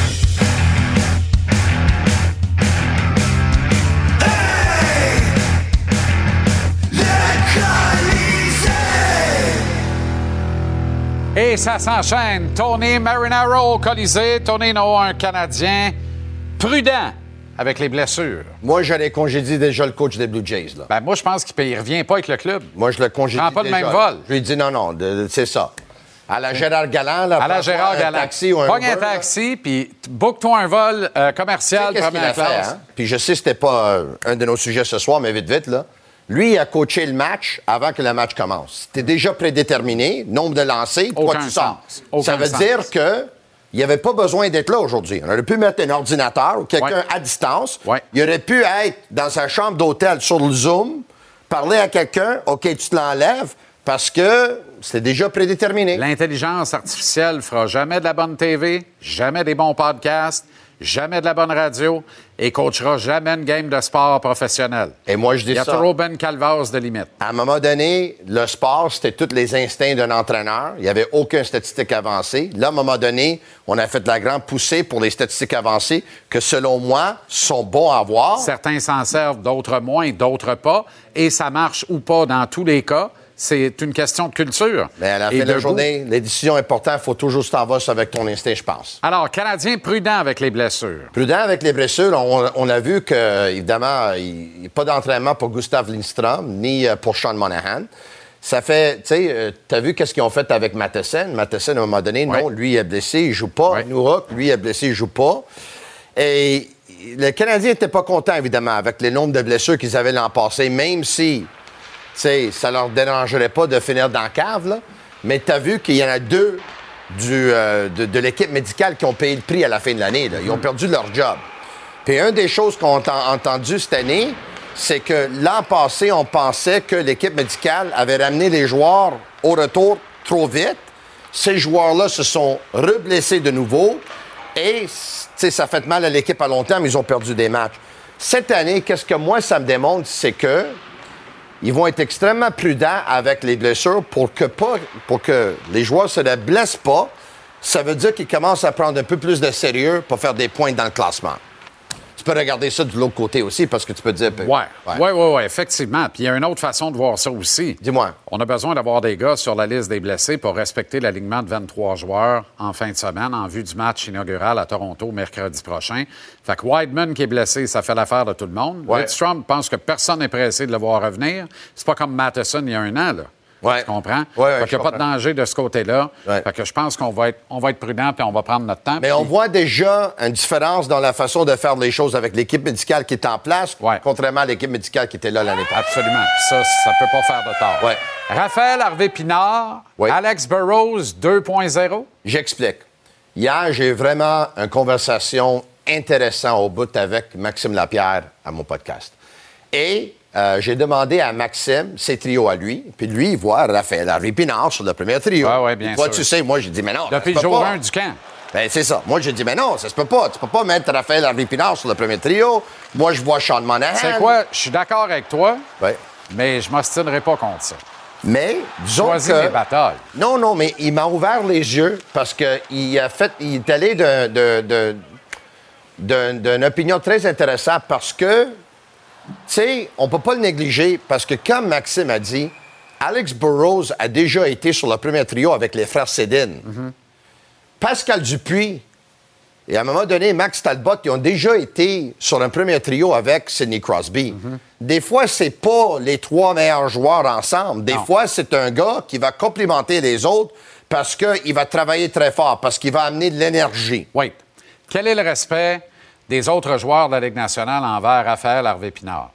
Speaker 1: Et ça s'enchaîne. Tony Marinaro au Colisée. Tony, non, un Canadien prudent. avec les blessures?
Speaker 6: Moi, j'aurais congédié déjà le coach des Blue Jays. Là.
Speaker 1: Ben, moi, je pense qu'il ne revient pas avec le club.
Speaker 6: Moi, je le congédie
Speaker 1: déjà. Il prend pas
Speaker 6: déjà.
Speaker 1: le même vol.
Speaker 6: Je lui ai dit non, non, de, de, c'est ça. À la Gérard Galland, là.
Speaker 1: À la Gérard
Speaker 6: un
Speaker 1: Galland.
Speaker 6: Taxi ou un
Speaker 1: Pogne un
Speaker 6: Uber,
Speaker 1: taxi, puis book-toi un vol euh, commercial,
Speaker 6: tu sais,
Speaker 1: première
Speaker 6: qu'est-ce qu'il a
Speaker 1: classe.
Speaker 6: fait, hein? Puis je sais que c'était pas euh, un de nos sujets ce soir, mais vite, vite, là. Lui, il a coaché le match avant que le match commence. C'était déjà prédéterminé, nombre de lancers, toi,
Speaker 1: Aucun
Speaker 6: tu sors.
Speaker 1: sens. Aucun
Speaker 6: Ça veut
Speaker 1: sens.
Speaker 6: dire que il n'avait pas besoin d'être là aujourd'hui. On aurait pu mettre un ordinateur ou quelqu'un
Speaker 1: Ouais.
Speaker 6: à distance.
Speaker 1: Ouais.
Speaker 6: Il aurait pu être dans sa chambre d'hôtel sur le Zoom, parler à quelqu'un, OK, tu te l'enlèves, parce que c'était déjà prédéterminé.
Speaker 1: L'intelligence artificielle fera jamais de la bonne T V, jamais des bons podcasts, jamais de la bonne radio et coachera jamais une game de sport professionnel.
Speaker 6: Et moi, je dis
Speaker 1: Il y a
Speaker 6: ça.
Speaker 1: trop Ben Calvas de limite.
Speaker 6: À un moment donné, le sport, c'était tous les instincts d'un entraîneur. Il n'y avait aucune statistique avancée. Là, à un moment donné, on a fait de la grande poussée pour les statistiques avancées que, selon moi, sont bons à voir.
Speaker 1: Certains s'en servent, d'autres moins, d'autres pas. Et ça marche ou pas dans tous les cas. C'est une question de culture.
Speaker 6: Mais à la
Speaker 1: Et
Speaker 6: fin de la
Speaker 1: goût.
Speaker 6: journée, les décisions importantes, il faut toujours se t'en vas avec ton instinct, je pense.
Speaker 1: Alors, Canadien prudent avec les blessures.
Speaker 6: Prudent avec les blessures, on, on a vu que, évidemment, il n'y a pas d'entraînement pour Gustav Lindstrom, ni euh, pour Sean Monahan. Ça fait, tu sais, euh, tu as vu qu'est-ce qu'ils ont fait avec Matheson. Matheson, à un moment donné,
Speaker 1: Ouais.
Speaker 6: non, lui, il est blessé, il joue pas.
Speaker 1: Ouais.
Speaker 6: Nourok, lui, il est blessé, il joue pas. Et le Canadien n'était pas content, évidemment, avec le nombre de blessures qu'ils avaient l'an passé, même si, tu sais, ça leur dérangerait pas de finir dans la cave, là. Mais tu as vu qu'il y en a deux du, euh, de, de l'équipe médicale qui ont payé le prix à la fin de l'année, là. Ils ont perdu leur job. Puis une des choses qu'on a entendu cette année, c'est que l'an passé, on pensait que l'équipe médicale avait ramené les joueurs au retour trop vite. Ces joueurs-là se sont reblessés de nouveau et tu sais, ça fait mal à l'équipe à long terme. Ils ont perdu des matchs. Cette année, qu'est-ce que moi, ça me démontre, c'est que ils vont être extrêmement prudents avec les blessures pour que, pas, pour que les joueurs ne se ne blessent pas. Ça veut dire qu'ils commencent à prendre un peu plus de sérieux pour faire des points dans le classement. Tu peux regarder ça de l'autre côté aussi, parce que tu peux te dire...
Speaker 1: Oui, oui, oui, ouais, effectivement. Puis il y a une autre façon de voir ça aussi.
Speaker 6: Dis-moi.
Speaker 1: On a besoin d'avoir des gars sur la liste des blessés pour respecter l'alignement de vingt-trois joueurs en fin de semaine en vue du match inaugural à Toronto mercredi prochain. Fait que Wideman qui est blessé, ça fait l'affaire de tout le monde.
Speaker 6: Ouais.
Speaker 1: Lidstrom pense que personne n'est pressé de le voir revenir. C'est pas comme Matheson il y a un an, là.
Speaker 6: Ouais.
Speaker 1: Tu comprends?
Speaker 6: Ouais, ouais,
Speaker 1: fait qu'il n'y a pas de
Speaker 6: comprends.
Speaker 1: danger de ce côté-là.
Speaker 6: Ouais.
Speaker 1: Fait que je pense qu'on va être, on va être prudent puis on va prendre notre temps.
Speaker 6: Mais
Speaker 1: puis-
Speaker 6: on voit déjà une différence dans la façon de faire les choses avec l'équipe médicale qui est en place,
Speaker 1: Ouais.
Speaker 6: contrairement à l'équipe médicale qui était là l'année passée.
Speaker 1: Absolument. Puis ça, ça peut pas faire de tort.
Speaker 6: Ouais.
Speaker 1: Raphaël Harvey-Pinard,
Speaker 6: Ouais.
Speaker 1: Alex Burrows deux point zéro.
Speaker 6: J'explique. Hier, j'ai eu vraiment une conversation intéressante au bout avec Maxime Lapierre à mon podcast. Et euh, j'ai demandé à Maxime ses trios à lui, puis lui, il voit Raphaël Harvey-Pinard sur le premier trio.
Speaker 1: Ouais, ouais, bien
Speaker 6: Puis toi,
Speaker 1: sûr.
Speaker 6: tu sais, moi, j'ai dit, mais non,
Speaker 1: Depuis
Speaker 6: ça
Speaker 1: le
Speaker 6: se peut
Speaker 1: jour
Speaker 6: pas.
Speaker 1: un du camp.
Speaker 6: Ben, c'est ça. Moi, j'ai dit, mais non, ça se peut pas. Tu peux pas mettre Raphaël Harvey-Pinard sur le premier trio. Moi, je vois Sean Monahan.
Speaker 1: C'est quoi? Je suis d'accord avec toi,
Speaker 6: Ouais.
Speaker 1: mais je m'ostinerai pas contre ça.
Speaker 6: Mais, disons
Speaker 1: Choisis
Speaker 6: que...
Speaker 1: les batailles.
Speaker 6: Non, non, mais il m'a ouvert les yeux parce qu'il a fait... Il est allé d'un- d'un- d'un- d'un- d'une opinion très intéressante parce que, tu sais, on peut pas le négliger parce que, comme Maxime a dit, Alex Burrows a déjà été sur le premier trio avec les frères Sedin. Pascal Dupuis et à un moment donné, Max Talbot, ils ont déjà été sur un premier trio avec Sidney Crosby. Des fois, c'est pas les trois meilleurs joueurs ensemble. Des
Speaker 1: Non.
Speaker 6: fois, c'est un gars qui va complimenter les autres parce qu'il va travailler très fort, parce qu'il va amener de l'énergie.
Speaker 1: Wait. Quel est le respect des autres joueurs de la Ligue nationale envers Raphaël Harvey-Pinard?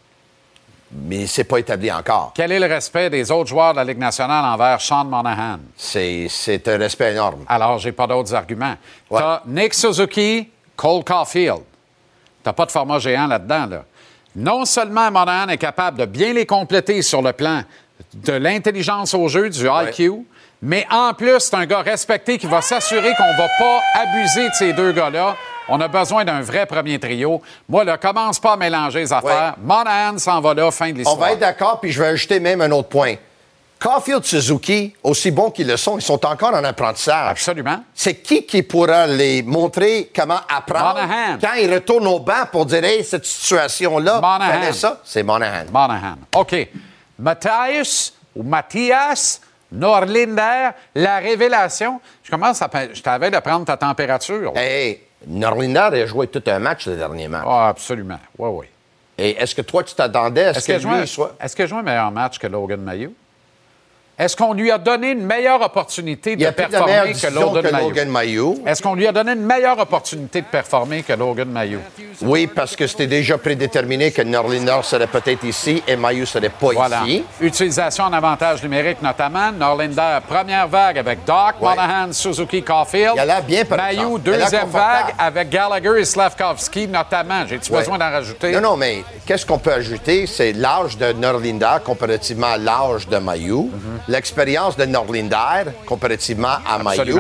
Speaker 6: Mais c'est pas établi encore.
Speaker 1: Quel est le respect des autres joueurs de la Ligue nationale envers Sean Monahan?
Speaker 6: C'est, c'est un respect énorme.
Speaker 1: Alors, j'ai pas d'autres arguments.
Speaker 6: Ouais.
Speaker 1: T'as Nick Suzuki, Cole Caulfield. T'as pas de format géant là-dedans, là. Non seulement Monahan est capable de bien les compléter sur le plan de l'intelligence au jeu, du I Q, mais en plus, c'est un gars respecté qui va s'assurer qu'on va pas abuser de ces deux gars-là. On a besoin d'un vrai premier trio. Moi, là, commence pas à mélanger les affaires. Monahan s'en va là, fin de
Speaker 6: On
Speaker 1: l'histoire.
Speaker 6: va être d'accord, puis je vais ajouter même un autre point. Caulfield, Suzuki, aussi bons qu'ils le sont, ils sont encore en apprentissage.
Speaker 1: Absolument.
Speaker 6: C'est qui qui pourra les montrer comment apprendre
Speaker 1: Monahan.
Speaker 6: quand ils retournent au banc pour dire « Hey, cette situation-là,
Speaker 1: Monahan.
Speaker 6: fallait ça? » C'est Monahan.
Speaker 1: Monahan. OK. Matthias ou Mathias Norlinder, la révélation. Je commence à... Je t'avais de prendre ta température. là.
Speaker 6: Hey, Norlinder a joué tout un match, le dernier match.
Speaker 1: Ah, absolument. Oui, oui.
Speaker 6: Et est-ce que toi, tu t'attendais à ce
Speaker 1: est-ce
Speaker 6: que,
Speaker 1: que
Speaker 6: lui
Speaker 1: joué,
Speaker 6: soit...
Speaker 1: Est-ce qu'il a joué un meilleur match que Logan Mailloux? Est-ce qu'on lui a donné une meilleure opportunité de performer que Logan, que Logan Mailloux? Est-ce qu'on lui a donné une meilleure opportunité de performer que Logan Mailloux?
Speaker 6: Oui, parce que c'était déjà prédéterminé que Norlinder serait peut-être ici et Mailloux serait pas
Speaker 1: voilà. ici. Utilisation en avantage numérique notamment. Norlinder, première vague avec Doc, ouais. Monahan, Suzuki, Caulfield.
Speaker 6: Il a l'air bien, par
Speaker 1: Mailloux, deuxième vague avec Gallagher et Slavkovski notamment. J'ai-tu ouais. besoin d'en rajouter?
Speaker 6: Non, non, mais qu'est-ce qu'on peut ajouter? C'est l'âge de Norlinder comparativement à l'âge de Mailloux. Mm-hmm. L'expérience de Norlinder comparativement à Mailloux.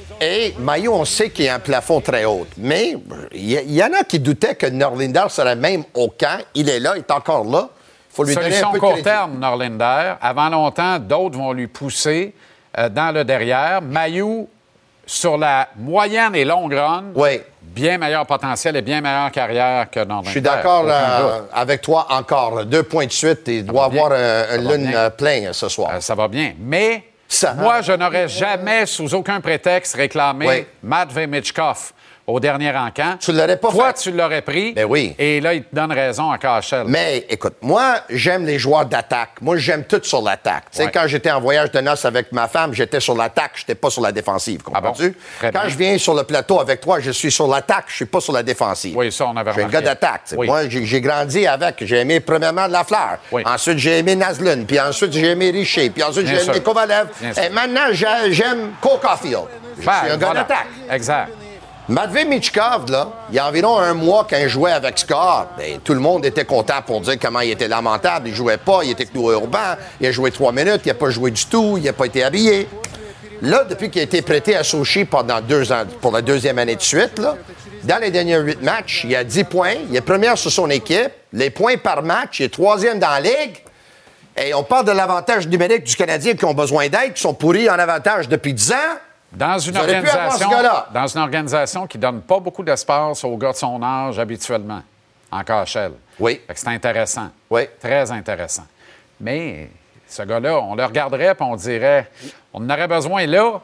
Speaker 6: Et Mailloux, on sait qu'il y a un plafond très haut. Mais il y, y en a qui doutaient que Norlinder serait même au camp. Il est là, il est encore là. Il faut lui
Speaker 1: Solution
Speaker 6: donner un peu
Speaker 1: court
Speaker 6: de
Speaker 1: terme, Norlinder. Avant longtemps, d'autres vont lui pousser euh, dans le derrière. Mailloux, sur la moyenne et longue run,
Speaker 6: oui.
Speaker 1: bien meilleur potentiel et bien meilleure carrière que Norlinder.
Speaker 6: Je suis d'accord euh, avec toi encore. Deux points de suite. Il doit avoir un, un lune plein ce soir.
Speaker 1: Euh, ça va bien. Mais ça, moi, je n'aurais jamais, sous aucun prétexte, réclamé oui. Matvei Michkov au dernier encamp.
Speaker 6: Tu l'aurais pas
Speaker 1: Toi,
Speaker 6: fait.
Speaker 1: tu l'aurais pris.
Speaker 6: Ben oui.
Speaker 1: Et là, il te donne raison à K H L.
Speaker 6: Mais écoute, moi, j'aime les joueurs d'attaque. Moi, j'aime tout sur l'attaque. Tu sais, ouais. quand j'étais en voyage de noces avec ma femme, j'étais sur l'attaque, j'étais pas sur la défensive. Comprends-tu? Ah bon? Quand bien. je viens sur le plateau avec toi, je suis sur l'attaque, je suis pas sur la défensive.
Speaker 1: Oui, ça, on avait remarqué.
Speaker 6: Je suis un gars d'attaque. Oui. Moi, j'ai, j'ai grandi avec. J'ai aimé premièrement de la Fleur. Oui. Ensuite, j'ai aimé Naslund. Puis ensuite, j'ai aimé Richer. Puis ensuite, Bien j'ai sûr. aimé Kovalev. Bien Et sûr. maintenant, j'aime Cole Caulfield. Je ben, suis un gars voilà. d'attaque.
Speaker 1: Exact.
Speaker 6: Matvei Michkov, là, il y a environ un mois quand il jouait avec Scott, bien, tout le monde était content pour dire comment il était lamentable. Il jouait pas, il était cloué au banc, il a joué trois minutes, il n'a pas joué du tout, il n'a pas été habillé. Là, depuis qu'il a été prêté à Sochi pendant deux ans, pour la deuxième année de suite, là, dans les derniers huit matchs, il a dix points, il est premier sur son équipe, les points par match, il est troisième dans la ligue. Et on parle de l'avantage numérique du Canadien qui ont besoin d'aide, qui sont pourris en avantage depuis dix ans.
Speaker 1: Dans une, organisation, dans une organisation qui ne donne pas beaucoup d'espace aux gars de son âge habituellement, en K H L.
Speaker 6: Oui.
Speaker 1: Fait que c'est intéressant.
Speaker 6: Oui.
Speaker 1: Très intéressant. Mais ce gars-là, on le regarderait et on dirait, on en aurait besoin là,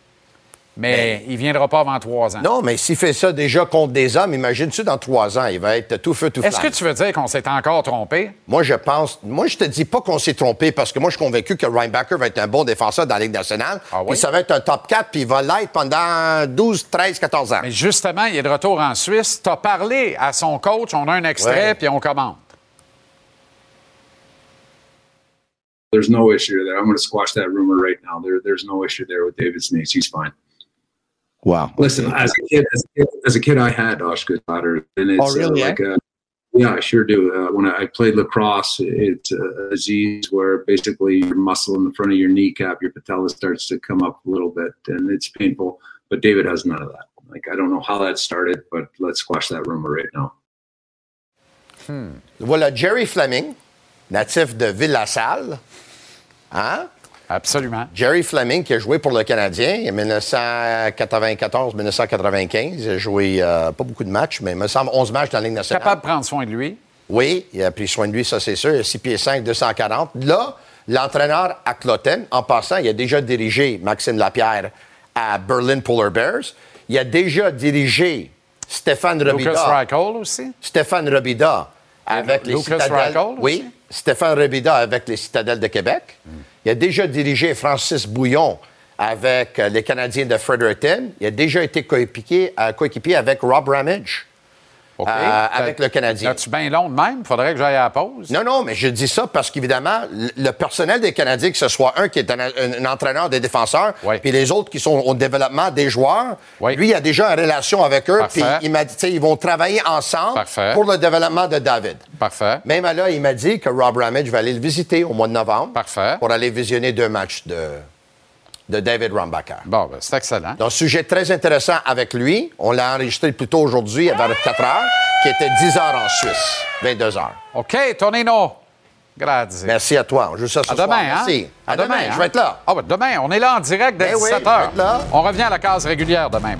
Speaker 1: mais, mais il ne viendra pas avant trois ans.
Speaker 6: Non, mais s'il fait ça déjà contre des hommes, imagine-tu dans trois ans, il va être tout feu, tout flamme.
Speaker 1: Est-ce que tu veux dire qu'on s'est encore trompé?
Speaker 6: Moi, je pense... Moi, je te dis pas qu'on s'est trompé parce que moi, je suis convaincu que Reinbacher va être un bon défenseur dans la Ligue nationale. Ah oui? Puis ça va être un top quatre, puis il va l'être pendant douze, treize, quatorze ans.
Speaker 1: Mais justement, il est de retour en Suisse. Tu as parlé à son coach, on a un extrait, ouais. puis on commente.
Speaker 13: There's no issue there. I'm going to squash that rumor right now. There, there's no issue there with David Snace. He's fine.
Speaker 6: Wow.
Speaker 13: Listen, as a kid, as a kid, as a kid I had Oshkosh daughter, and it's
Speaker 6: oh, really,
Speaker 13: uh, like
Speaker 6: eh?
Speaker 13: a, yeah, I sure do. Uh, when I played lacrosse, it's a disease where basically your muscle in the front of your kneecap, your patella starts to come up a little bit, and it's painful. But David has none of that. Like, I don't know how that started, but let's squash that rumor right now.
Speaker 6: Hmm. Voilà Jerry Fleming, natif de Ville-la-Salle. Hein?
Speaker 1: Absolument.
Speaker 6: Jerry Fleming, qui a joué pour le Canadien en dix-neuf cent quatre-vingt-quatorze dix-neuf cent quatre-vingt-quinze. Il a joué euh, pas beaucoup de matchs, mais il me semble onze matchs dans la Ligue nationale.
Speaker 1: Capable de prendre soin de lui.
Speaker 6: Oui, il a pris soin de lui, ça c'est sûr. Il a six pieds cinq, deux cent quarante. Là, l'entraîneur à Cloten, en passant, il a déjà dirigé Maxime Lapierre à Berlin Polar Bears. Il a déjà dirigé Stéphane Robida.
Speaker 1: Lucas Reichel aussi.
Speaker 6: Stéphane Robida avec les
Speaker 1: Lucas
Speaker 6: Citadelles.
Speaker 1: Reichel
Speaker 6: oui,
Speaker 1: aussi?
Speaker 6: Stéphane Robida avec les Citadelles de Québec. Mm. Il a déjà dirigé Francis Bouillon avec les Canadiens de Fredericton. Il a déjà été coéquipier, euh, coéquipier avec Rob Ramage.
Speaker 1: Okay.
Speaker 6: Euh, avec le Canadien.
Speaker 1: As-tu bien long de même? Faudrait que j'aille à la pause.
Speaker 6: Non, non, mais je dis ça parce qu'évidemment, le personnel des Canadiens, que ce soit un qui est un, un, un entraîneur des défenseurs, oui. puis les autres qui sont au développement des joueurs, oui. lui, il a déjà une relation avec eux, puis il m'a dit, tu sais, ils vont travailler ensemble Parfait. pour le développement de David.
Speaker 1: Parfait.
Speaker 6: Même là, il m'a dit que Rob Ramage va aller le visiter au mois de novembre.
Speaker 1: Parfait.
Speaker 6: Pour aller visionner deux matchs de... de David Reinbacher.
Speaker 1: Bon, ben, c'est excellent.
Speaker 6: Donc, sujet très intéressant avec lui. On l'a enregistré plus tôt aujourd'hui, vers quatre heures, qui était dix heures en Suisse, vingt-deux heures.
Speaker 1: OK, Tonino. Grazie.
Speaker 6: Merci à toi. On joue ça ce
Speaker 1: à
Speaker 6: soir.
Speaker 1: Demain, hein?
Speaker 6: Merci. À, à demain, demain hein? Je vais être là.
Speaker 1: Ah, ben, demain, on est là en direct dès ben dix-sept heures.
Speaker 6: Oui, là.
Speaker 1: On revient à la case régulière demain.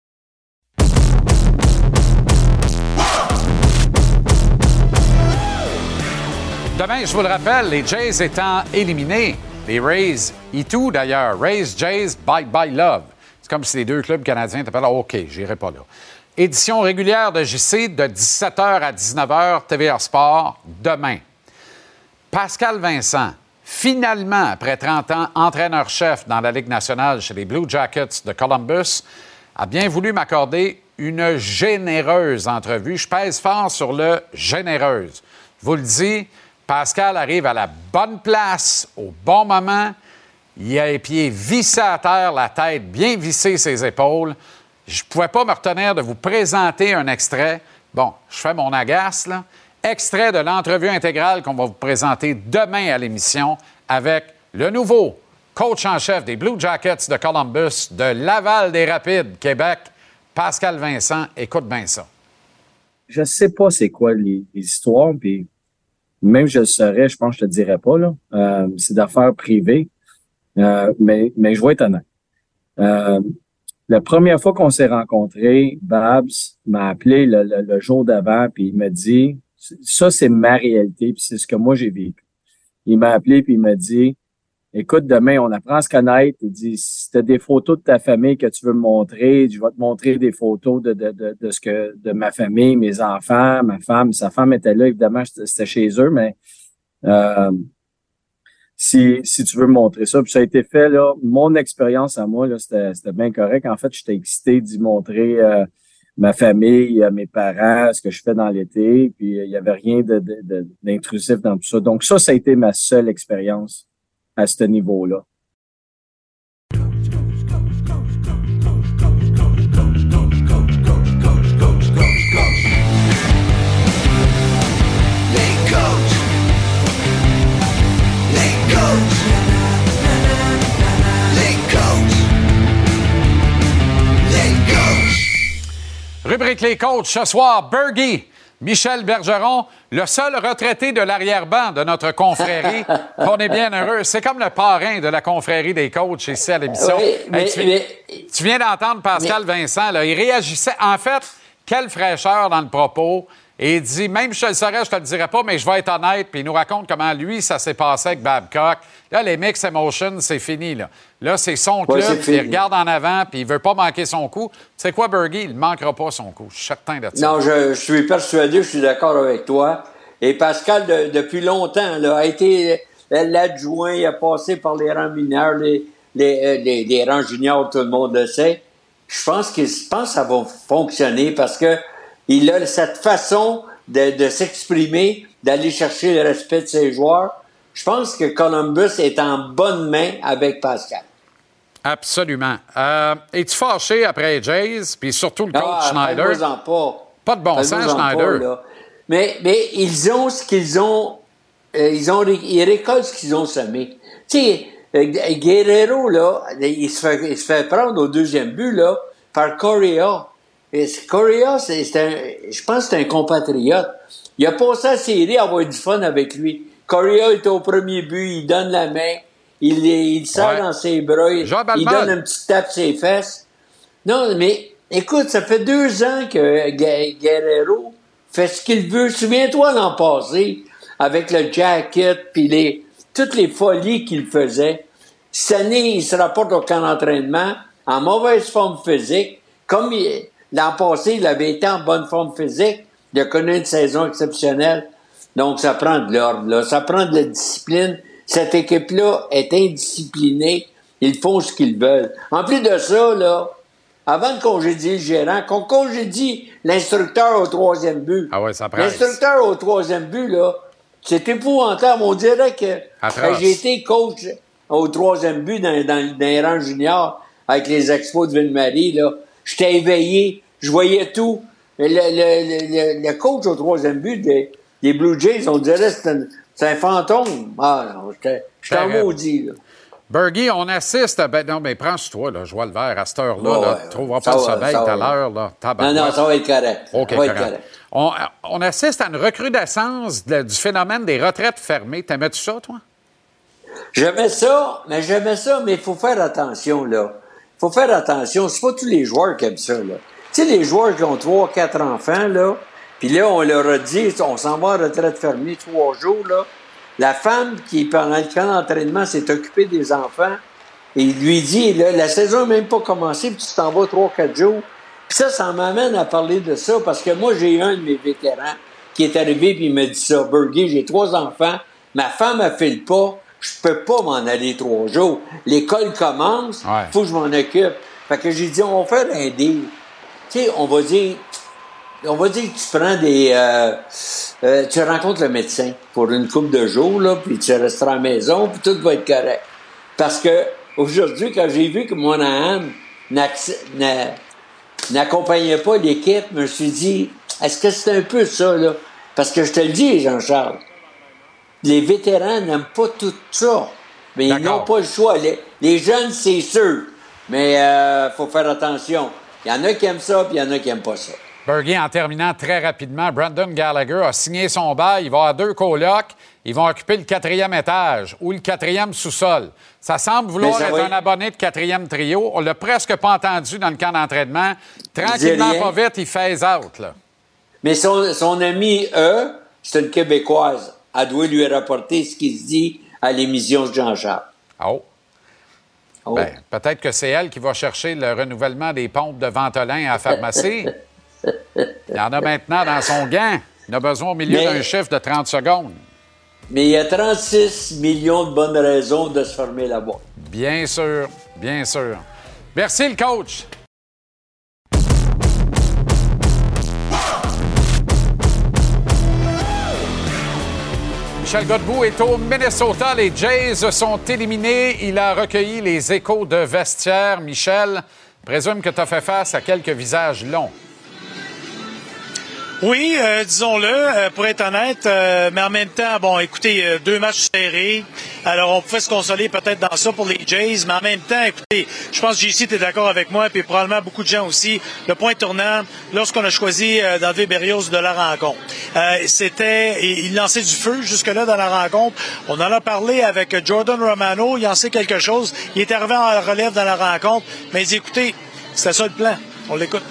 Speaker 1: Demain, je vous le rappelle, les Jays étant éliminés, les Rays, et tout d'ailleurs, Rays, Jays, bye bye love. C'est comme si les deux clubs canadiens t'appellent, OK, j'irai pas là. Édition régulière de J C de dix-sept heures à dix-neuf heures, T V R Sport, demain. Pascal Vincent, finalement, après trente ans, entraîneur-chef dans la Ligue nationale chez les Blue Jackets de Columbus, a bien voulu m'accorder une généreuse entrevue. Je pèse fort sur le généreuse. Je vous le dis, Pascal arrive à la bonne place, au bon moment. Il a les pieds vissés à terre, la tête bien vissée ses épaules. Je ne pouvais pas me retenir de vous présenter un extrait. Bon, je fais mon agace, là. Extrait de l'entrevue intégrale qu'on va vous présenter demain à l'émission avec le nouveau coach en chef des Blue Jackets de Columbus, de Laval des Rapides, Québec, Pascal Vincent. Écoute bien ça.
Speaker 14: Je sais pas c'est quoi les, les histoires, puis même je le saurais, je pense que je te dirais pas, là. Euh, c'est d'affaires privées. Euh, mais, mais je vais être honnête. Euh, la première fois qu'on s'est rencontrés, Babs m'a appelé le, le, le jour d'avant, puis il m'a dit, ça c'est ma réalité, puis c'est ce que moi j'ai vécu. Il m'a appelé, puis il m'a dit, écoute, demain on apprend à se connaître. Il dit, si tu as des photos de ta famille que tu veux me montrer, je vais te montrer des photos de, de, de, de ce que de ma famille, mes enfants, ma femme. Sa femme était là, évidemment, c'était chez eux, mais euh, Si, si tu veux me montrer ça. Puis ça a été fait, là. Mon expérience à moi, là, c'était, c'était bien correct. En fait, j'étais excité d'y montrer euh, ma famille, euh, mes parents, ce que je fais dans l'été. Puis il euh, y avait rien de, de, de, d'intrusif dans tout ça. Donc ça, ça a été ma seule expérience à ce niveau-là.
Speaker 1: Rubrique Les Coachs, ce soir, Bergie, Michel Bergeron, le seul retraité de l'arrière-ban de notre confrérie. On est bien heureux. C'est comme le parrain de la confrérie des coachs ici à l'émission.
Speaker 15: Oui, mais,
Speaker 1: hey, tu,
Speaker 15: mais,
Speaker 1: tu viens d'entendre Pascal mais, Vincent, là, il réagissait. En fait, quelle fraîcheur dans le propos. Et il dit, même si je le saurais, je te le dirais pas, mais je vais être honnête. Puis il nous raconte comment, lui, ça s'est passé avec Babcock. Là, les mix emotions, c'est fini. Là, là c'est son club. Ouais, c'est il regarde en avant, puis il veut pas manquer son coup. Tu sais quoi, Bergie? Il ne manquera pas son coup. Je suis certain de ça.
Speaker 15: Non, je, je suis persuadé, je suis d'accord avec toi. Et Pascal, de, depuis longtemps, là, a été l'adjoint, il a passé par les rangs mineurs, les, les, les, les rangs juniors, tout le monde le sait. Je pense que, je pense que ça va fonctionner parce que il a cette façon de, de s'exprimer, d'aller chercher le respect de ses joueurs. Je pense que Columbus est en bonne main avec Pascal.
Speaker 1: Absolument. Euh, es-tu fâché après Jays, puis surtout le coach
Speaker 15: ah,
Speaker 1: Schneider?
Speaker 15: Pas.
Speaker 1: Pas de bon sens, Schneider.
Speaker 15: Pas, mais, mais ils ont ce qu'ils ont, euh, ils ont, ils récoltent ce qu'ils ont semé. Tu sais, euh, Guerrero, là, il se fait, il se fait prendre au deuxième but, là, par Correa. Et Correa, c'est, c'est un, je pense que c'est un compatriote. Il a passé la série à avoir du fun avec lui. Correa est au premier but, il donne la main, il, il serre ouais. dans ses bras, il, il donne un petit tape sur ses fesses. Non, mais écoute, ça fait deux ans que Guerrero fait ce qu'il veut. Souviens-toi l'an passé, avec le jacket puis les, toutes les folies qu'il faisait. Cette année, il se rapporte au camp d'entraînement en mauvaise forme physique. Comme il, l'an passé, il avait été en bonne forme physique. Il a connu une saison exceptionnelle. Donc, ça prend de l'ordre, là. Ça prend de la discipline. Cette équipe-là est indisciplinée. Ils font ce qu'ils veulent. En plus de ça, là, avant de congédier le gérant, qu'on congédie l'instructeur au troisième but.
Speaker 1: Ah ouais, ça prend.
Speaker 15: L'instructeur au troisième but, là, c'est épouvantable. On dirait que ben, j'ai été coach au troisième but dans, dans, dans les rangs juniors avec les Expos de Ville-Marie, là. J'étais éveillé. Je voyais tout. Le, le, le, le coach au troisième but des, des Blue Jays, on dirait que c'est un, c'est un fantôme. Ah non, j'étais, j'étais en maudit, là.
Speaker 1: Bergie, on assiste à... Ben, non, mais prends sur toi, là. Je vois le verre à cette heure-là.
Speaker 15: Oh,
Speaker 1: là.
Speaker 15: ouais,
Speaker 1: tu trouveras pas le sommeil tout à l'heure, là.
Speaker 15: Non, non, ça va être correct.
Speaker 1: OK,
Speaker 15: ça va être correct.
Speaker 1: On, on assiste à une recrudescence de, du phénomène des retraites fermées. T'aimais-tu ça, toi?
Speaker 15: J'aimais ça, mais j'aimais ça, mais il faut faire attention, là. Il faut faire attention. C'est pas tous les joueurs qui aiment ça, là. Tu sais, les joueurs qui ont trois, quatre enfants, là, puis là, on leur a dit, on s'en va en retraite fermée trois jours, là. La femme qui, pendant le camp d'entraînement, s'est occupée des enfants, et il lui dit, là, la saison n'a même pas commencé, puis tu t'en vas trois, quatre jours. Puis ça, ça m'amène à parler de ça, parce que moi, j'ai eu un de mes vétérans qui est arrivé puis il m'a dit ça. Berger, j'ai trois enfants, ma femme a fait le pas, je peux pas m'en aller trois jours. L'école commence, il ouais. faut que je m'en occupe. Fait que j'ai dit, on va faire un deal. Tu sais, on va dire, on va dire que tu prends des, euh, euh, tu rencontres le médecin pour une couple de jours, là, puis tu resteras à la maison, puis tout va être correct. Parce que, aujourd'hui, quand j'ai vu que Monahan n'accompagnait pas l'équipe, je me suis dit, est-ce que c'est un peu ça, là? Parce que je te le dis, Jean-Charles, les vétérans n'aiment pas tout ça. Mais ils n'ont pas le choix. Les, les jeunes, c'est sûr. Mais il euh, faut faire attention. Il y en a qui aiment ça, puis il y en a qui n'aiment pas ça.
Speaker 1: Berger, en terminant très rapidement, Brendan Gallagher a signé son bail. Il va avoir deux colocs. Ils vont occuper le quatrième étage ou le quatrième sous-sol. Ça semble vouloir ça être va... un abonné de quatrième trio. On l'a presque pas entendu dans le camp d'entraînement. Tranquillement, pas vite, il phase out, là.
Speaker 15: Mais son, son ami, E, c'est une Québécoise. Elle doit lui rapporter ce qui se dit à l'émission de Jean-Charles.
Speaker 1: Oh. oh. Ben, peut-être que c'est elle qui va chercher le renouvellement des pompes de Ventolin à la pharmacie. Il y en a maintenant dans son gant. Il a besoin au milieu mais, d'un chiffre de trente secondes.
Speaker 15: Mais il y a trente-six millions de bonnes raisons de se fermer la boîte.
Speaker 1: Bien sûr, bien sûr. Merci, le coach. Michel Godbout est au Minnesota. Les Jays sont éliminés. Il a recueilli les échos de vestiaire. Michel, présume que tu as fait face à quelques visages longs.
Speaker 4: Oui, euh, disons-le, euh, pour être honnête, euh, mais en même temps, bon, écoutez, euh, deux matchs serrés, alors on pouvait se consoler peut-être dans ça pour les Jays, mais en même temps, écoutez, je pense que J C, tu es d'accord avec moi, puis probablement beaucoup de gens aussi, le point tournant, lorsqu'on a choisi euh, d'enlever Berrios de la rencontre, euh, c'était, il lançait du feu jusque-là dans la rencontre, on en a parlé avec Jordan Romano, il en sait quelque chose, il est arrivé en relève dans la rencontre, mais il dit, écoutez, c'était ça le plan, on l'écoute.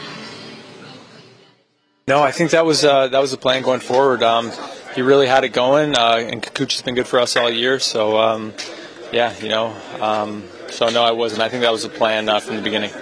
Speaker 16: No, I think that was uh, that was the plan going forward. Um, he really had it going, uh, and Kukuch has been good for us all year. So, um, yeah, you know, um, so no, I wasn't. I think that was the plan uh, from the beginning.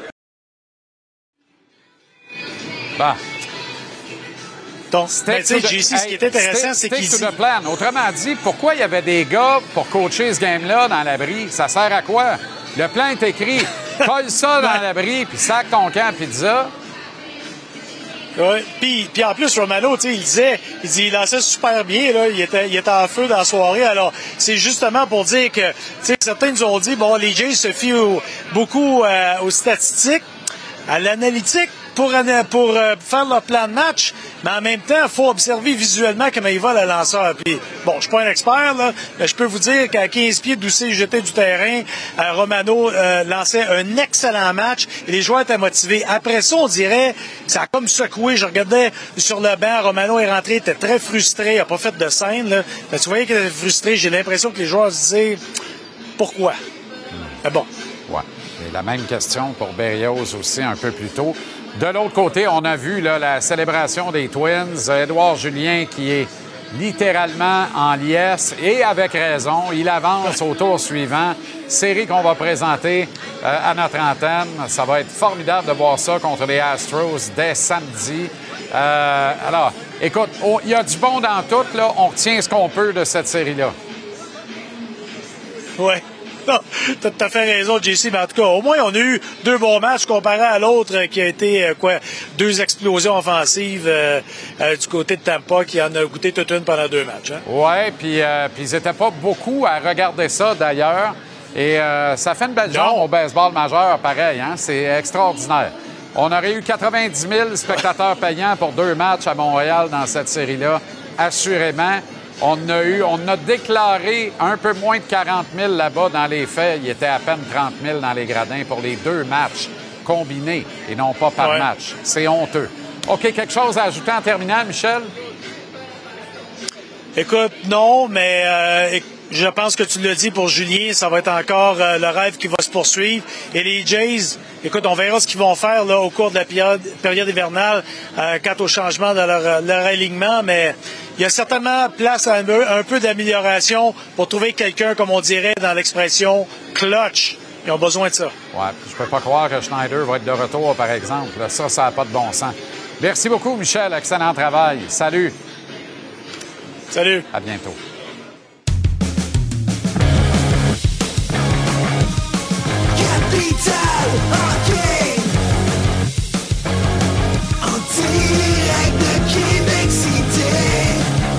Speaker 1: Bah.
Speaker 4: Donc, mais tu sais, J C, ce qui est intéressant, c'est qu'il dit...
Speaker 1: plan. Autrement dit, pourquoi il y avait des gars pour coacher ce game-là dans l'abri? Ça sert à quoi? Le plan est écrit. Colle ça dans l'abri, puis sac ton camp pizza.
Speaker 4: Oui, puis, puis en plus, Romano, tu sais, il disait, il dit, il lançait super bien, là, il était, il était en feu dans la soirée. Alors, c'est justement pour dire que, tu sais, certains nous ont dit, bon, les Jays se fient au, beaucoup euh, aux statistiques, à l'analytique pour, pour euh, faire leur plan de match, mais en même temps, il faut observer visuellement comment il va le lanceur. Puis, bon, je suis pas un expert, là, mais je peux vous dire qu'à quinze pieds d'où c'est jeté du terrain, euh, Romano euh, lançait un excellent match et les joueurs étaient motivés. Après ça, on dirait, ça a comme secoué. Je regardais sur le banc, Romano est rentré, était très frustré, il n'a pas fait de scène, là. Mais tu voyais qu'il était frustré. J'ai l'impression que les joueurs se disaient, pourquoi? Mais bon.
Speaker 1: Ouais. Et la même question pour Berrios aussi un peu plus tôt. De l'autre côté, on a vu là, la célébration des Twins. Édouard Julien qui est littéralement en liesse et avec raison. Il avance au tour suivant. Série qu'on va présenter euh, à notre antenne. Ça va être formidable de voir ça contre les Astros dès samedi. Euh, alors, écoute, oh, il y a du bon dans tout. Là. On retient ce qu'on peut de cette série-là.
Speaker 4: Oui. T'as tout à fait raison, J C, mais en tout cas, au moins, on a eu deux bons matchs comparé à l'autre qui a été, euh, quoi, deux explosions offensives euh, euh, du côté de Tampa qui en a goûté toute une pendant deux matchs. Hein?
Speaker 1: Oui, puis euh, ils n'étaient pas beaucoup à regarder ça, d'ailleurs. Et euh, ça fait une belle jambe au baseball majeur, pareil, hein? C'est extraordinaire. On aurait eu quatre-vingt-dix mille spectateurs payants pour deux matchs à Montréal dans cette série-là, assurément. On a eu, on a déclaré un peu moins de quarante mille là-bas dans les faits. Il était à peine trente mille dans les gradins pour les deux matchs combinés et non pas par ouais. match. C'est honteux. OK, quelque chose à ajouter en terminant, Michel?
Speaker 4: Écoute, non, mais euh, je pense que tu l'as dit pour Julien, ça va être encore euh, le rêve qui va se poursuivre. Et les Jays, écoute, on verra ce qu'ils vont faire là, au cours de la période, période hivernale euh, quant au changement de leur, leur alignement, mais il y a certainement place à un, un peu d'amélioration pour trouver quelqu'un, comme on dirait dans l'expression, clutch Ils ont besoin de ça.
Speaker 1: Ouais, je peux pas croire que Schneider va être de retour, par exemple. Ça, ça n'a pas de bon sens. Merci beaucoup, Michel. Excellent travail. Salut.
Speaker 4: Salut.
Speaker 1: À bientôt.
Speaker 17: Capital Hockey en direct de Québec City.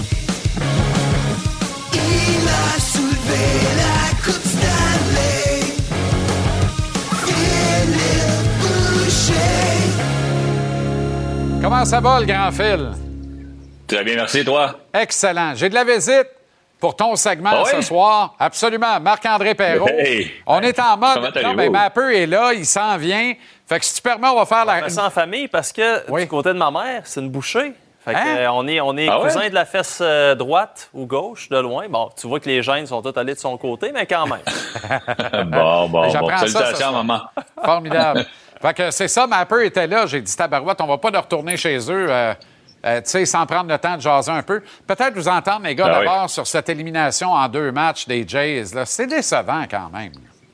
Speaker 17: Il a soulevé la Coupe Stanley. Philippe Boucher.
Speaker 1: Comment ça va, le grand Phil?
Speaker 8: Très bien, merci, toi.
Speaker 1: Excellent. J'ai de la visite pour ton segment
Speaker 8: ah oui?
Speaker 1: ce soir. Absolument. Marc-André Perrault.
Speaker 8: Hey.
Speaker 1: On est en mode... Non, mais Mapper est là, il s'en vient. Fait que si tu permets, on va faire
Speaker 18: on
Speaker 1: la...
Speaker 18: fait ça en famille parce que oui. du côté de ma mère, c'est une bouchée. Fait que,
Speaker 1: hein?
Speaker 18: euh, on est, on est
Speaker 8: ah
Speaker 18: cousins
Speaker 8: ouais?
Speaker 18: de la fesse euh, droite ou gauche, de loin. Bon, tu vois que les gènes sont tous allés de son côté, mais quand même.
Speaker 8: bon, bon,
Speaker 1: bon.
Speaker 8: Salutations,
Speaker 1: ça,
Speaker 8: maman.
Speaker 1: Formidable. Fait que c'est ça, Mapper était là. J'ai dit, tabarouette, on va pas de retourner chez eux, euh, euh, tu sais, sans prendre le temps de jaser un peu. Peut-être vous entendre, les gars,
Speaker 8: ah
Speaker 1: d'abord,
Speaker 8: oui.
Speaker 1: sur cette élimination en deux matchs des Jays. Là. C'est décevant quand même.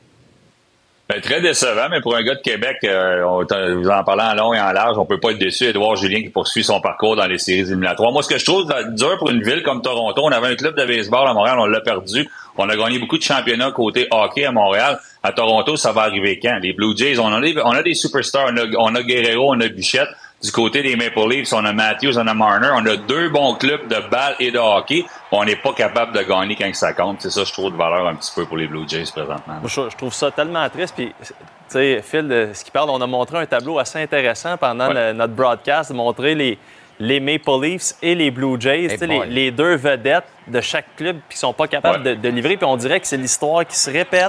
Speaker 8: Ben, très décevant, mais pour un gars de Québec, euh, on, vous en parlant en long et en large, on peut pas être déçu. Édouard Julien qui poursuit son parcours dans les séries éliminatoires. Moi, ce que je trouve dur pour une ville comme Toronto, on avait un club de baseball à Montréal, on l'a perdu. On a gagné beaucoup de championnats côté hockey à Montréal. À Toronto, ça va arriver quand? Les Blue Jays, on a, on a des superstars. On a, on a Guerrero, on a Bichette. Du côté des Maple Leafs, on a Matthews, on a Marner. On a deux bons clubs de balle et de hockey. On n'est pas capable de gagner quand ça compte. C'est ça, je trouve, de valeur un petit peu pour les Blue Jays présentement.
Speaker 18: Moi, je, je trouve ça tellement triste. Puis, tu sais, Phil, de ce qu'il parle, on a montré un tableau assez intéressant pendant ouais. le, notre broadcast, de montrer les, les Maple Leafs et les Blue Jays, hey les, les deux vedettes de chaque club qui sont pas capables ouais. de, de livrer. Puis on dirait que c'est l'histoire qui se répète.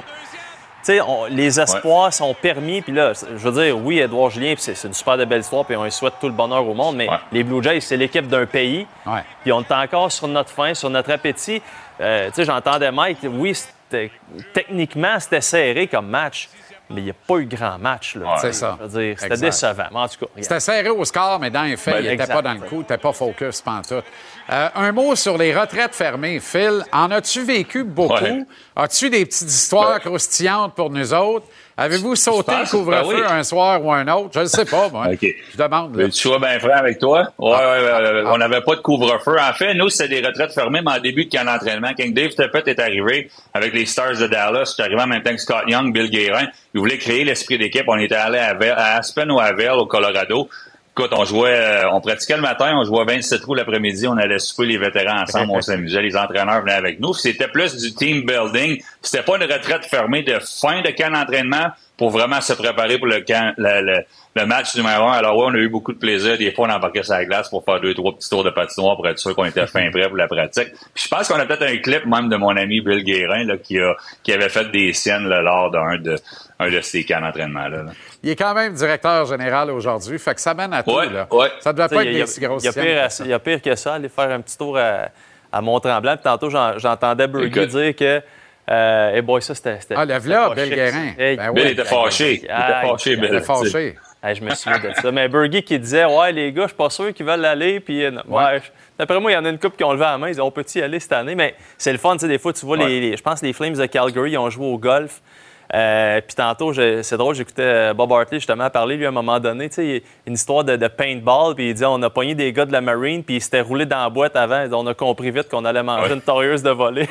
Speaker 18: On, les espoirs ouais. sont permis. Puis là, je veux dire, oui, Édouard Julien, c'est, c'est une super de belle histoire, puis on lui souhaite tout le bonheur au monde, mais ouais. les Blue Jays, c'est l'équipe d'un pays.
Speaker 1: Ouais.
Speaker 18: Puis on est encore sur notre faim, sur notre appétit. Euh, tu sais, j'entendais Mike, oui, c'était, techniquement, c'était serré comme match, mais il n'y a pas eu grand match. Là,
Speaker 1: ouais. C'est ça.
Speaker 18: Je veux dire, c'était
Speaker 1: exact.
Speaker 18: décevant. Mais en tout cas, regarde.
Speaker 1: C'était serré au score, mais dans les faits, ben, il n'était pas dans le coup, il n'était pas focus pantoute. Euh, un mot sur les retraites fermées. Phil, en as-tu vécu beaucoup? Ouais. As-tu des petites histoires ouais. croustillantes pour nous autres? Avez-vous sauté le couvre-feu ben oui. un soir ou un autre? Je ne sais pas, moi. Okay. Je demande. Là.
Speaker 8: Tu sois bien franc avec toi? Oui, ah. ouais, ouais, ah. on n'avait pas de couvre-feu. En fait, nous, c'était des retraites fermées, mais en début de camp d'entraînement. Quand Dave Tippett est arrivé avec les Stars de Dallas, c'est arrivé en même temps que Scott Young, Bill Guérin. Ils voulaient créer l'esprit d'équipe. On était allé à, Ver- à Aspen ou à Vail, au Colorado. Écoute, on jouait, on pratiquait le matin, on jouait vingt-sept trous l'après-midi, on allait souper les vétérans ensemble, on s'amusait, les entraîneurs venaient avec nous. C'était plus du team building. C'était pas une retraite fermée de fin de camp d'entraînement pour vraiment se préparer pour le camp, le, le, le match numéro un. Alors oui, on a eu beaucoup de plaisir. Des fois, on embarquait sur la glace pour faire deux, trois petits tours de patinoire pour être sûr qu'on était fin prêt pour la pratique. Puis je pense qu'on a peut-être un clip même de mon ami Bill Guérin là, qui a qui avait fait des siennes là, lors d'un de un de ces camps d'entraînement-là. Là.
Speaker 1: Il est quand même directeur général aujourd'hui, fait que ça mène à tout.
Speaker 8: Ouais,
Speaker 1: là.
Speaker 8: Ouais.
Speaker 1: Ça ne devait pas
Speaker 18: T'sais,
Speaker 1: être
Speaker 18: y a,
Speaker 1: des si grosses
Speaker 18: il y, pire, il y a pire que ça, aller faire un petit tour à, à Mont-Tremblant. Puis tantôt, j'en, j'entendais Bergie dire que Euh, et boy, ça, c'était. c'était
Speaker 1: ah, lève-là, Bill Guérin.
Speaker 8: Hey, ben Bill oui, était fâché. Il était fâché, Bill.
Speaker 1: Il était fâché.
Speaker 18: Hey, je me souviens de ça. Mais Bergie qui disait, ouais, les gars, je suis pas sûr qu'ils veulent aller. Puis, ouais. ouais, d'après moi, il y en a une couple qui ont levé la main. Ils disent, on peut-y aller cette année. Mais c'est le fun, tu sais, des fois, tu vois, ouais. les, les, je pense que les Flames de Calgary, ils ont joué au golf. Euh, puis tantôt, je, c'est drôle, j'écoutais Bob Hartley justement parler, lui, à un moment donné, tu sais, une histoire de, de paintball, puis il dit on a pogné des gars de la Marine, puis ils s'étaient roulés dans la boîte avant, on a compris vite qu'on allait manger ouais. une torilleuse de volée.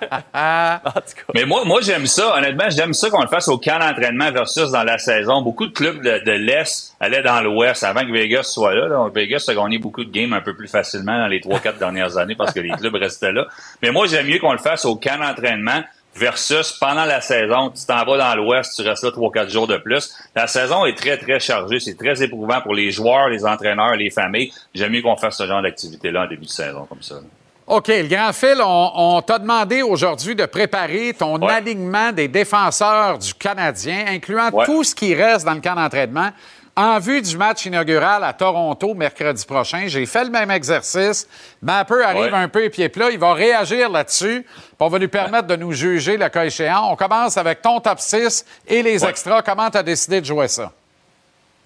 Speaker 8: Mais moi, moi, j'aime ça, honnêtement, j'aime ça qu'on le fasse au camp d'entraînement versus dans la saison. Beaucoup de clubs de, de l'Est allaient dans l'Ouest avant que Vegas soit là. là. Vegas a gagné beaucoup de games un peu plus facilement dans les trois quatre dernières années parce que les clubs restaient là. Mais moi, j'aime mieux qu'on le fasse au camp d'entraînement versus pendant la saison, tu t'en vas dans l'Ouest, tu restes là trois quatre jours de plus. La saison est très, très chargée. C'est très éprouvant pour les joueurs, les entraîneurs, les familles. J'aime mieux qu'on fasse ce genre d'activité-là en début de saison comme ça.
Speaker 1: OK. Le grand Phil, on, on t'a demandé aujourd'hui de préparer ton ouais. alignement des défenseurs du Canadien, incluant ouais. tout ce qui reste dans le camp d'entraînement. En vue du match inaugural à Toronto mercredi prochain, j'ai fait le même exercice. Mapper arrive ouais. un peu pieds plats. Il va réagir là-dessus. On va lui permettre de nous juger le cas échéant. On commence avec ton top six et les ouais. extras. Comment tu as décidé de jouer ça?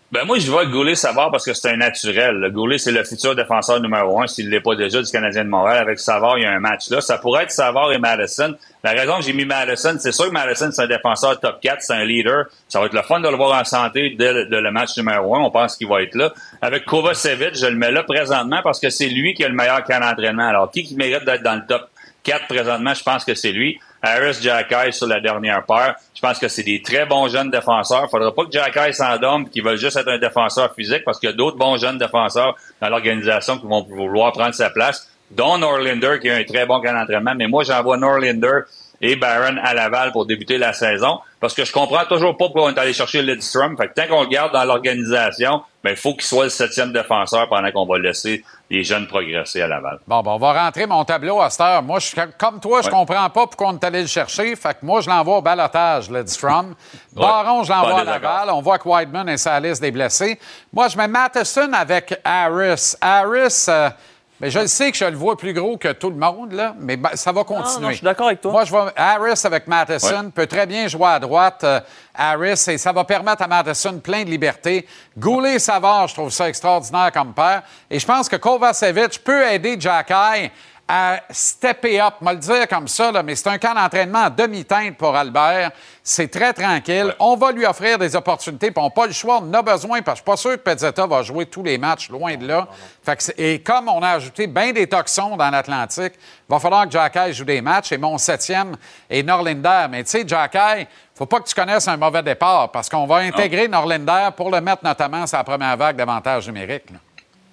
Speaker 8: Ben moi, je vois Goulet-Savard parce que c'est un naturel. Le Goulet, c'est le futur défenseur numéro un, s'il ne l'est pas déjà, du Canadien de Montréal. Avec Savard, il y a un match là. Ça pourrait être Savard et Madison. La raison que j'ai mis Madison, c'est sûr que Madison, c'est un défenseur top quatre, c'est un leader. Ça va être le fun de le voir en santé dès le, dès le match numéro un. On pense qu'il va être là. Avec Kovacevic, je le mets là présentement parce que c'est lui qui a le meilleur camp d'entraînement. Alors, qui, qui mérite d'être dans le top quatre présentement? Je pense que c'est lui. Harris, Jacky sur la dernière paire. Je pense que c'est des très bons jeunes défenseurs. Il ne faudra pas que Jacky s'endorme, qu'ils veulent juste être un défenseur physique, parce qu'il y a d'autres bons jeunes défenseurs dans l'organisation qui vont vouloir prendre sa place, dont Norlinder, qui a un très bon camp d'entraînement. Mais moi, j'envoie Norlinder et Barron à Laval pour débuter la saison, parce que je comprends toujours pas pourquoi on est allé chercher Lidstrom. Fait que tant qu'on le garde dans l'organisation, ben, il faut qu'il soit le septième défenseur pendant qu'on va laisser les jeunes progresser à Laval.
Speaker 1: Bon, ben, on va rentrer mon tableau à cette heure. Moi, je, comme toi, je
Speaker 8: ouais.
Speaker 1: comprends pas pourquoi on est allé le chercher. Fait que moi, je l'envoie au balotage, Lidstrom. ouais. Baron, je l'envoie à Laval. On voit que Wideman est sur la liste des blessés. Moi, je mets Matheson avec Harris. Harris... Euh, Mais je le sais que je le vois plus gros que tout le monde, là, mais ben, ça va continuer.
Speaker 18: Non, non, je suis d'accord avec toi.
Speaker 1: Moi, je vois Harris avec Matheson, ouais. peut très bien jouer à droite, euh, Harris, et ça va permettre à Matheson plein de liberté. Goulet-Savard, je trouve ça extraordinaire comme paire. Et je pense que Kovacevic peut aider Jacky à stepper up, me le dire comme ça, là, mais c'est un camp d'entraînement en demi-teinte pour Albert. C'est très tranquille. Ouais. On va lui offrir des opportunités, puis on n'a pas le choix, on en a besoin, parce que je suis pas sûr que Pezzetta va jouer tous les matchs, loin de là. Non, non, non. Fait que et comme on a ajouté bien des toxons dans l'Atlantique, il va falloir que Jacky joue des matchs, et mon septième est Norlinder. Mais tu sais, Jacky, faut pas que tu connaisses un mauvais départ, parce qu'on va intégrer non. Norlinder pour le mettre notamment sur la première vague d'avantages numériques. Là.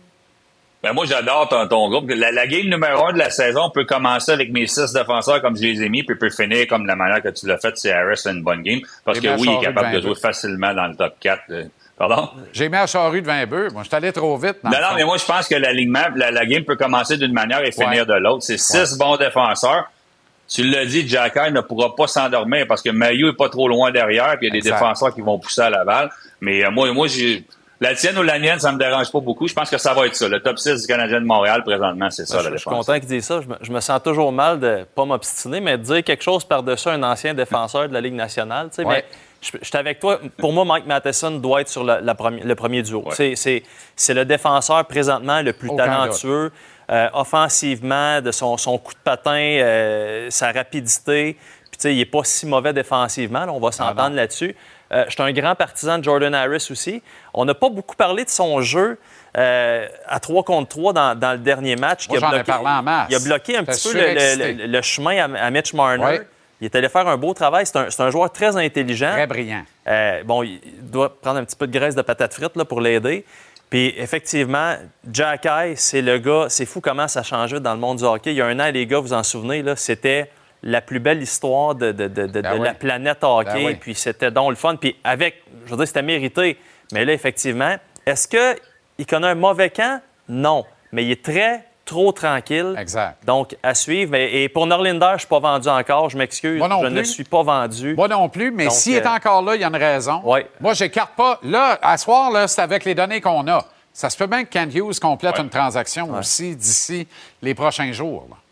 Speaker 8: Ben moi, j'adore ton, ton groupe. La, la game numéro un de la saison peut commencer avec mes six défenseurs comme je les ai mis, puis peut finir comme la manière que tu l'as fait, c'est Harris, c'est une bonne game. Parce que oui, il est capable de, de jouer facilement dans le top quatre. Pardon?
Speaker 1: J'ai mis à Charrue de vingt Moi, je suis allé trop vite.
Speaker 8: Non, non, mais moi, je pense que l'alignement, la, la game peut commencer d'une manière et finir ouais. de l'autre. C'est six ouais. bons défenseurs. Tu l'as dit, Jacky ne pourra pas s'endormir parce que Mailloux est pas trop loin derrière, puis il y a des exact. défenseurs qui vont pousser à Laval. Mais euh, moi, moi, j'ai... La tienne ou la mienne, ça me dérange pas beaucoup. Je pense que ça va être ça. Le top six du Canadien de Montréal, présentement, c'est ça,
Speaker 18: ben,
Speaker 8: la
Speaker 18: je,
Speaker 8: défense.
Speaker 18: Je suis content qu'il dise ça. Je me, je me sens toujours mal de pas m'obstiner, mais de dire quelque chose par-dessus un ancien défenseur de la Ligue nationale. Ouais. Mais je, je suis avec toi. Pour moi, Mike Matheson doit être sur la, la premi- le premier duo. Ouais. C'est, c'est, c'est le défenseur présentement le plus Aucun talentueux, euh, offensivement, de son, son coup de patin, euh, sa rapidité. Puis, tu sais, il n'est pas si mauvais défensivement. Là, on va s'entendre ah là-dessus. Euh, je suis un grand partisan de Jordan Harris aussi. On n'a pas beaucoup parlé de son jeu euh, à trois contre trois dans, dans le dernier match.
Speaker 1: Moi,
Speaker 18: il a
Speaker 1: j'en
Speaker 18: bloqué,
Speaker 1: ai parlé en masse.
Speaker 18: Il a bloqué un petit peu le, le, le chemin à, à Mitch Marner. Ouais. Il est allé faire un beau travail. C'est un, c'est un joueur très intelligent.
Speaker 1: Très brillant.
Speaker 18: Euh, bon, il doit prendre un petit peu de graisse de patate frite là, pour l'aider. Puis effectivement, Jacky, c'est le gars... C'est fou comment ça a changé dans le monde du hockey. Il y a un an, les gars, vous en souvenez, là, c'était... la plus belle histoire de, de, de, de, ben de oui. la planète hockey. Ben oui. Puis c'était donc le fun. Puis avec, je veux dire, c'était mérité. Mais là, effectivement, est-ce qu'il connaît un mauvais camp? Non. Mais il est très, trop tranquille.
Speaker 1: Exact.
Speaker 18: Donc, à suivre. Et pour Norlinder, je ne suis pas vendu encore. Je m'excuse.
Speaker 1: Moi non
Speaker 18: je
Speaker 1: plus.
Speaker 18: ne suis pas vendu.
Speaker 1: Moi non plus. Mais s'il euh... est encore là, il y a une raison.
Speaker 18: Oui.
Speaker 1: Moi, j'écarte pas. Là, à soir, là, c'est avec les données qu'on a. Ça se peut bien que Kent Hughes complète ouais. une transaction ouais. aussi d'ici les prochains jours. Là.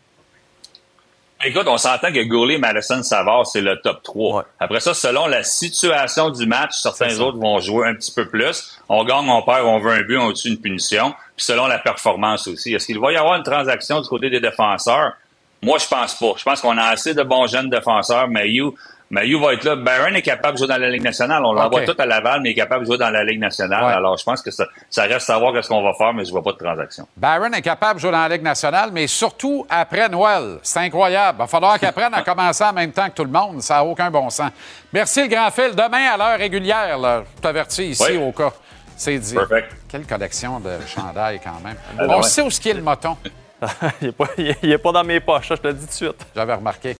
Speaker 8: Écoute, on s'entend que Goulet, Madison, Savard, c'est le top trois. Ouais. Après ça, selon la situation du match, certains autres vont jouer un petit peu plus. On gagne, on perd, on veut un but, on tue une punition. Puis selon la performance aussi. Est-ce qu'il va y avoir une transaction du côté des défenseurs? Moi, je pense pas. Je pense qu'on a assez de bons jeunes défenseurs. Mailloux, Mailloux va être là. Barron est capable de jouer dans la Ligue nationale. On l'envoie okay. tout à Laval, mais il est capable de jouer dans la Ligue nationale. Ouais. Alors, je pense que ça, ça reste à voir ce qu'on va faire, mais je vois pas de transaction.
Speaker 1: Barron est capable de jouer dans la Ligue nationale, mais surtout après Noël. C'est incroyable. Il va falloir qu'il apprenne à commencer en même temps que tout le monde. Ça n'a aucun bon sens. Merci, le grand Phil. Demain, à l'heure régulière, là, je t'avertis ici oui. au cas. C'est dit.
Speaker 8: Perfect.
Speaker 1: Quelle collection de chandails quand même.
Speaker 8: Ah,
Speaker 1: On
Speaker 8: ouais.
Speaker 1: sait où ce qu'est le moton.
Speaker 18: il n'est pas, il est pas dans mes poches, je te le dis tout de suite.
Speaker 1: J'avais remarqué.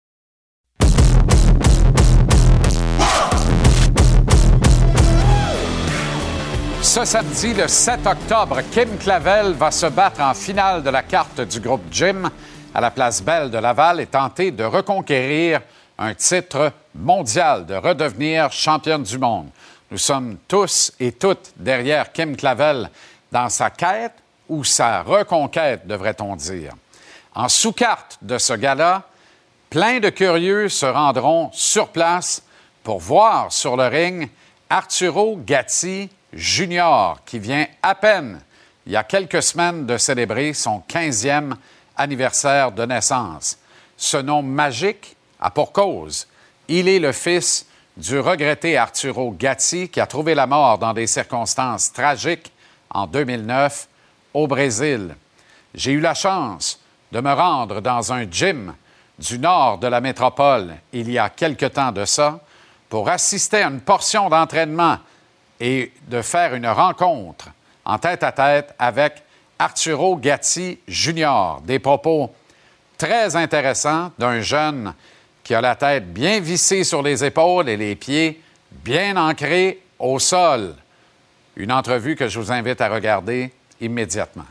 Speaker 1: Ce samedi, le sept octobre, Kim Clavel va se battre en finale de la carte du groupe Jim à la Place Belle de Laval et tenter de reconquérir un titre mondial, de redevenir championne du monde. Nous sommes tous et toutes derrière Kim Clavel dans sa quête ou sa reconquête, devrait-on dire. En sous-carte de ce gala, plein de curieux se rendront sur place pour voir sur le ring Arturo Gatti Junior, qui vient à peine, il y a quelques semaines, de célébrer son quinzième anniversaire de naissance. Ce nom magique a pour cause. Il est le fils du regretté Arturo Gatti, qui a trouvé la mort dans des circonstances tragiques en deux mille neuf au Brésil. J'ai eu la chance de me rendre dans un gym du nord de la métropole il y a quelque temps de ça pour assister à une portion d'entraînement et de faire une rencontre en tête-à-tête avec Arturo Gatti Junior. Des propos très intéressants d'un jeune qui a la tête bien vissée sur les épaules et les pieds bien ancrés au sol. Une entrevue que je vous invite à regarder immédiatement.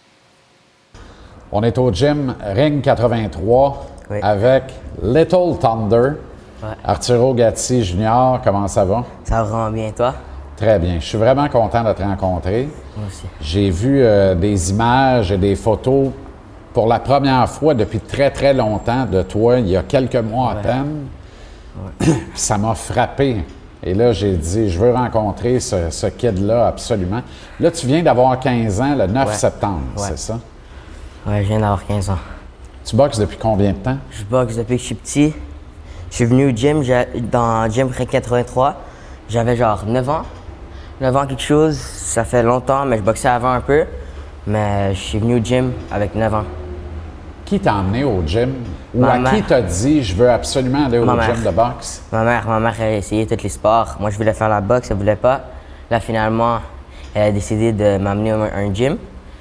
Speaker 1: On est au gym Ring quatre-vingt-trois oui. avec Little Thunder. Ouais. Arturo Gatti Junior, comment ça va?
Speaker 19: Ça va vraiment bien, toi? Très bien. Je suis vraiment content de te rencontrer. Moi aussi. J'ai vu euh, des images et des photos pour la première fois depuis très, très longtemps de toi, il y a quelques mois ouais. à peine. Ouais. Ça m'a frappé. Et là, j'ai dit, je veux rencontrer ce, ce kid-là absolument. Là, tu viens d'avoir quinze ans le neuf ouais. septembre, ouais. c'est ça? Oui, je viens d'avoir quinze ans. Tu boxes depuis combien de temps? Je boxe depuis que je suis petit. Je suis venu au gym, dans le gym Ring quatre-vingt-trois. J'avais genre neuf ans. neuf ans quelque chose, ça fait longtemps, mais je boxais avant un peu. Mais je suis venu au gym avec neuf ans. Qui t'a emmené au gym? Ou ma à mère. Qui t'a dit, je veux absolument aller ma au mère. Gym de boxe? Ma mère. Ma mère, elle a essayé tous les sports. Moi, je voulais faire la boxe, elle voulait pas. Là, finalement, elle a décidé de m'amener à un gym.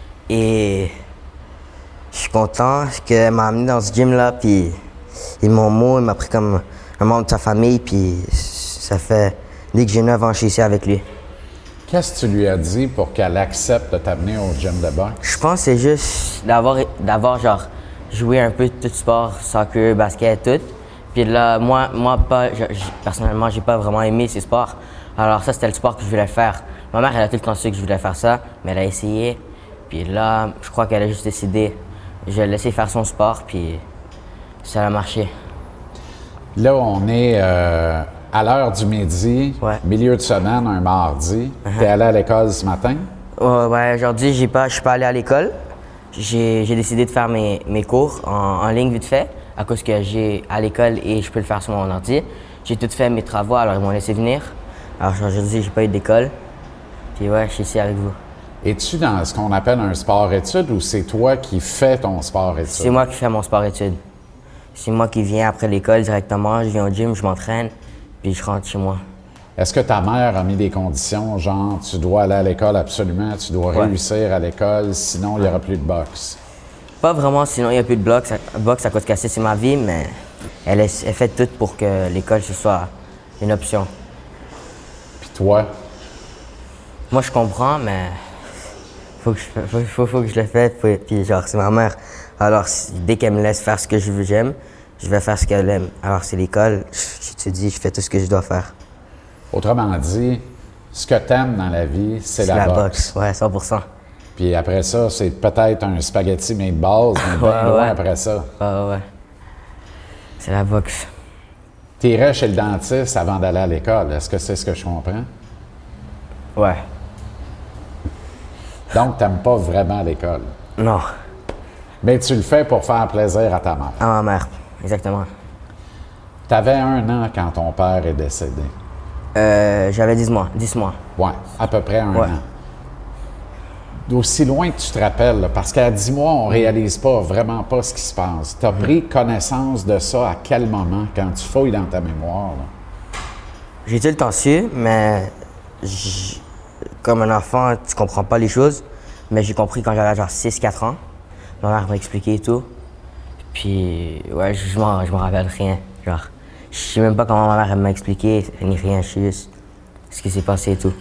Speaker 19: Et je suis content qu'elle m'a amené dans ce gym-là, puis ils m'ont mot, il m'a pris comme un membre de sa famille, puis ça fait, dès que j'ai neuf ans, je suis ici avec lui. Qu'est-ce que tu lui as dit pour qu'elle accepte de t'amener au gym de boxe? Je pense que c'est juste d'avoir, d'avoir genre, joué un peu tout sport, soccer, basket, tout. Puis là, moi, moi pas, je, je, personnellement, j'ai pas vraiment aimé ces sports. Alors ça, c'était le sport que je voulais faire. Ma mère, elle a tout le temps su que je voulais faire ça, mais elle a essayé. Puis là, je crois qu'elle a juste décidé. Je vais laisser faire son sport, puis ça a marché. Là, on est euh, à l'heure du midi, ouais. milieu de semaine, un mardi. Uh-huh. T'es allé à l'école ce matin? Euh, ouais, aujourd'hui, j'ai pas, je suis pas allé à l'école. J'ai, j'ai décidé de faire mes, mes cours en, en ligne vite fait, à cause que j'ai à l'école et je peux le faire sur mon ordi. J'ai tout fait mes travaux, alors ils m'ont laissé venir. Alors aujourd'hui, j'ai pas eu d'école. Puis ouais, je suis ici avec vous. Es-tu dans ce qu'on appelle un sport-études ou c'est toi qui fais ton sport-études? C'est moi qui fais mon sport-études. C'est moi qui viens après l'école directement, je viens au gym, je m'entraîne, puis je rentre chez moi. Est-ce que ta mère a mis des conditions, genre tu dois aller à l'école absolument, tu dois ouais. réussir à l'école, sinon il n'y aura plus de boxe? Pas vraiment, sinon il n'y a plus de boxe. Boxe à cause que c'est ma vie, mais elle, est, elle fait tout pour que l'école ce soit une option. Puis toi? Moi je comprends, mais faut que je, faut, faut, faut que je le fasse, puis genre c'est ma mère. Alors dès qu'elle me laisse faire ce que je veux, j'aime, je vais faire ce qu'elle aime. Alors c'est l'école, j'étudie, je fais tout ce que je dois faire. Autrement dit, ce que tu aimes dans la vie, c'est la, la boxe. boxe. Ouais, cent pour cent. Puis après ça, c'est peut-être un spaghetti meatballs, mais bien ouais, loin ouais. après ça. Ouais, ouais. C'est la boxe. Tu irais chez le dentiste avant d'aller à l'école. Est-ce que c'est ce que je comprends? Ouais. Donc, tu n'aimes pas vraiment l'école? Non. Mais tu le fais pour faire plaisir à ta mère? À ma mère, exactement. Tu avais un an quand ton père est décédé? Euh, j'avais dix mois. dix mois. Oui, à peu près un ouais. an. D'aussi loin que tu te rappelles, là, parce qu'à dix mois, on ne réalise pas, vraiment pas ce qui se passe. Tu as mm-hmm. pris connaissance de ça à quel moment, quand tu fouilles dans ta mémoire? J'ai tout le temps su, mais j... comme un enfant, tu comprends pas les choses. Mais j'ai compris quand j'avais genre six quatre ans. Ma mère m'a expliqué et tout. Puis, ouais, je m'en, je m'en rappelle rien. Genre, je sais même pas comment ma mère m'a expliqué, ni rien, je sais juste ce qui s'est passé et tout.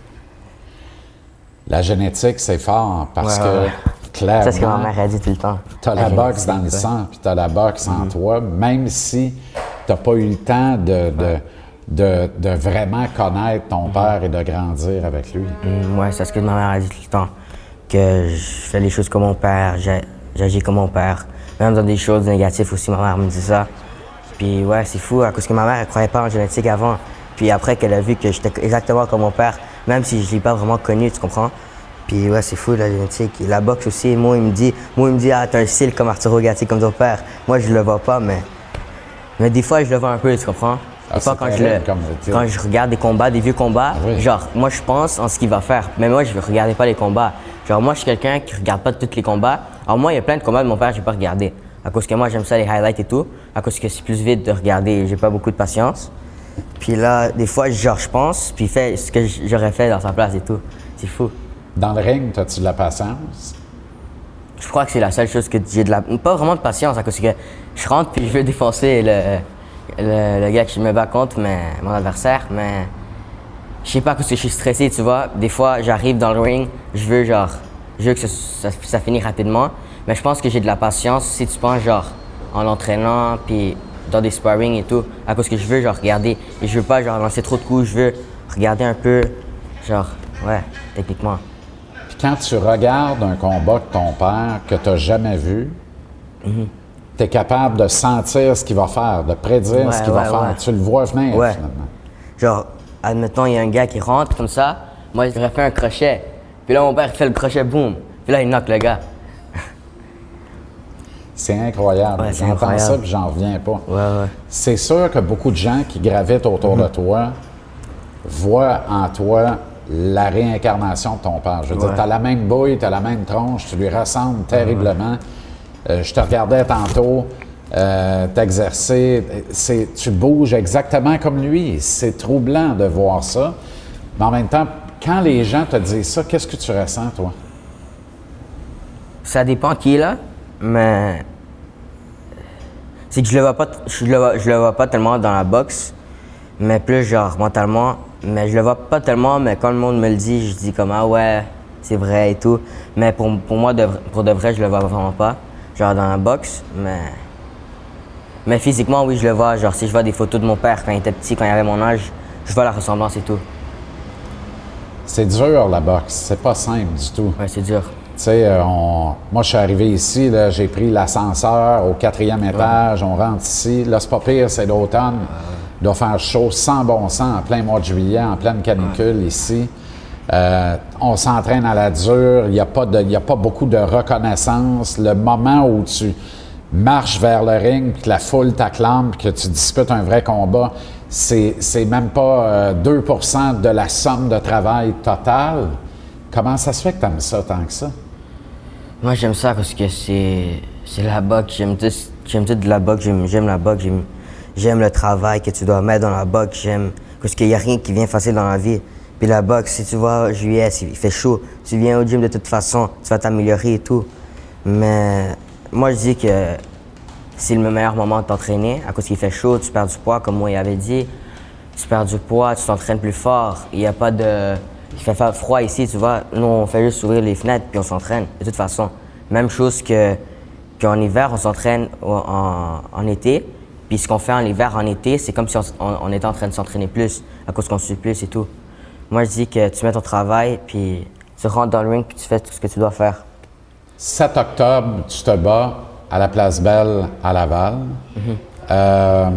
Speaker 19: La génétique, c'est fort parce ouais, que, ouais. clairement... C'est ce que ma mère a dit tout le temps. Tu as la, la boxe dans le sang, puis tu as la boxe mm-hmm. en toi, même si tu n'as pas eu le temps de, de, de, de vraiment connaître ton mm-hmm. père et de grandir avec lui. Mm, ouais, c'est ce que ma mère a dit tout le temps. Que je fais les choses comme mon père, j'agis comme mon père. Même dans des choses négatives aussi, ma mère me dit ça. Puis ouais, c'est fou, à cause que ma mère, elle croyait pas en génétique avant.
Speaker 20: Puis après qu'elle a vu que j'étais exactement comme mon père, même si je l'ai pas vraiment connu, tu comprends? Puis ouais, c'est fou la génétique. Et la boxe aussi, moi il me dit, moi il me dit, ah t'as un style comme Arturo Gatti, comme ton père. Moi je le vois pas, mais, mais des fois je le vois un peu, tu comprends? Des
Speaker 19: Ah,
Speaker 20: fois
Speaker 19: c'est
Speaker 20: quand je,
Speaker 19: terrible
Speaker 20: le,
Speaker 19: comme style.
Speaker 20: quand je regarde des combats, des vieux combats,
Speaker 19: Ah oui.
Speaker 20: genre moi je pense en ce qu'il va faire. Mais moi je ne regardais pas les combats. Genre moi je suis quelqu'un qui regarde pas tous les combats. Alors moi il y a plein de combats de mon père que j'ai pas regardé. À cause que moi j'aime ça les highlights et tout. À cause que c'est plus vite de regarder et j'ai pas beaucoup de patience. Puis là, des fois, genre, je pense, puis il fait ce que j'aurais fait dans sa place et tout. C'est fou.
Speaker 19: Dans le ring, as-tu de la patience?
Speaker 20: Je crois que c'est la seule chose que j'ai de la... Pas vraiment de patience, à cause que je rentre puis je veux défoncer le, le, le gars que je me bats contre, mais, mon adversaire, mais... Je sais pas, parce que je suis stressé, tu vois. Des fois, j'arrive dans le ring, je veux, genre... Je veux que ça, ça, ça finisse rapidement, mais je pense que j'ai de la patience si tu penses, genre, en l'entraînant, puis dans des sparring et tout, à cause que je veux, genre, regarder. Et je veux pas, genre, lancer trop de coups, je veux regarder un peu, genre, ouais, techniquement.
Speaker 19: Puis quand tu regardes un combat de ton père que tu n'as jamais vu,
Speaker 20: mm-hmm.
Speaker 19: tu es capable de sentir ce qu'il va faire, de prédire
Speaker 20: Ouais,
Speaker 19: ce qu'il
Speaker 20: ouais,
Speaker 19: va faire.
Speaker 20: ouais.
Speaker 19: Tu le vois venir,
Speaker 20: Ouais.
Speaker 19: finalement.
Speaker 20: Genre, admettons, il y a un gars qui rentre comme ça, moi, j'aurais fait un crochet. Puis là, mon père fait le crochet, boum. Puis là, il knock le gars.
Speaker 19: C'est incroyable.
Speaker 20: Ouais, c'est
Speaker 19: J'entends
Speaker 20: incroyable.
Speaker 19: ça puis j'en reviens pas.
Speaker 20: Ouais, ouais.
Speaker 19: C'est sûr que beaucoup de gens qui gravitent autour de toi voient en toi la réincarnation de ton père. Je veux dire,
Speaker 20: Ouais.
Speaker 19: tu as la même bouille, tu as la même tronche, tu lui ressembles terriblement. Euh, je te regardais tantôt euh, t'exercer. C'est- Tu bouges exactement comme lui. C'est troublant de voir ça. Mais en même temps, quand les gens te disent ça, qu'est-ce que tu ressens, toi?
Speaker 20: Ça dépend qui est là, mais c'est que je le vois pas, t- je le vois, je le vois pas tellement dans la boxe, mais plus genre mentalement. Mais je le vois pas tellement, mais quand le monde me le dit, je dis comme ah ouais, c'est vrai et tout. Mais pour, pour moi, de, pour de vrai, je le vois vraiment pas, genre dans la boxe, mais mais physiquement oui, je le vois. Genre si je vois des photos de mon père quand il était petit, quand il avait mon âge, je vois la ressemblance et tout.
Speaker 19: C'est dur, la boxe. C'est pas simple du tout.
Speaker 20: Ouais, c'est dur.
Speaker 19: Tu sais, euh, on... moi, je suis arrivé ici, là, j'ai pris l'ascenseur au quatrième étage, on rentre ici. Là, c'est pas pire, c'est l'automne. Il doit faire chaud sans bon sens en plein mois de juillet, en pleine canicule ici. Euh, on s'entraîne à la dure, il n'y a, pas de- il y a pas beaucoup de reconnaissance. Le moment où tu marches vers le ring, puis que la foule t'acclame, puis que tu disputes un vrai combat, c'est c'est même pas euh, deux pour cent de la somme de travail totale. Comment ça se fait que tu aimes ça tant que ça?
Speaker 20: Moi, j'aime ça parce que c'est c'est la boxe. J'aime tout, j'aime tout de la boxe. J'aime, j'aime la boxe. J'aime, j'aime le travail que tu dois mettre dans la boxe. J'aime parce qu'il n'y a rien qui vient facile dans la vie. Puis la boxe, si tu vois, juillet, il fait chaud. Tu viens au gym de toute façon, tu vas t'améliorer et tout. Mais moi, je dis que c'est le meilleur moment de t'entraîner à cause qu'il fait chaud, tu perds du poids, comme moi, il avait dit. Tu perds du poids, tu t'entraînes plus fort. Il n'y a pas de... Il fait fa- froid ici, tu vois. Nous, on fait juste ouvrir les fenêtres puis on s'entraîne, de toute façon. Même chose que qu'en hiver, on s'entraîne au- en, en été. Puis ce qu'on fait en hiver, en été, c'est comme si on, s- on- on était en train de s'entraîner plus, à cause qu'on suit plus et tout. Moi, je dis que tu mets ton travail, puis tu rentres dans le ring, puis tu fais tout ce que tu dois faire.
Speaker 19: sept octobre, tu te bats à la Place Belle à Laval.
Speaker 20: Mhm.
Speaker 19: Euh,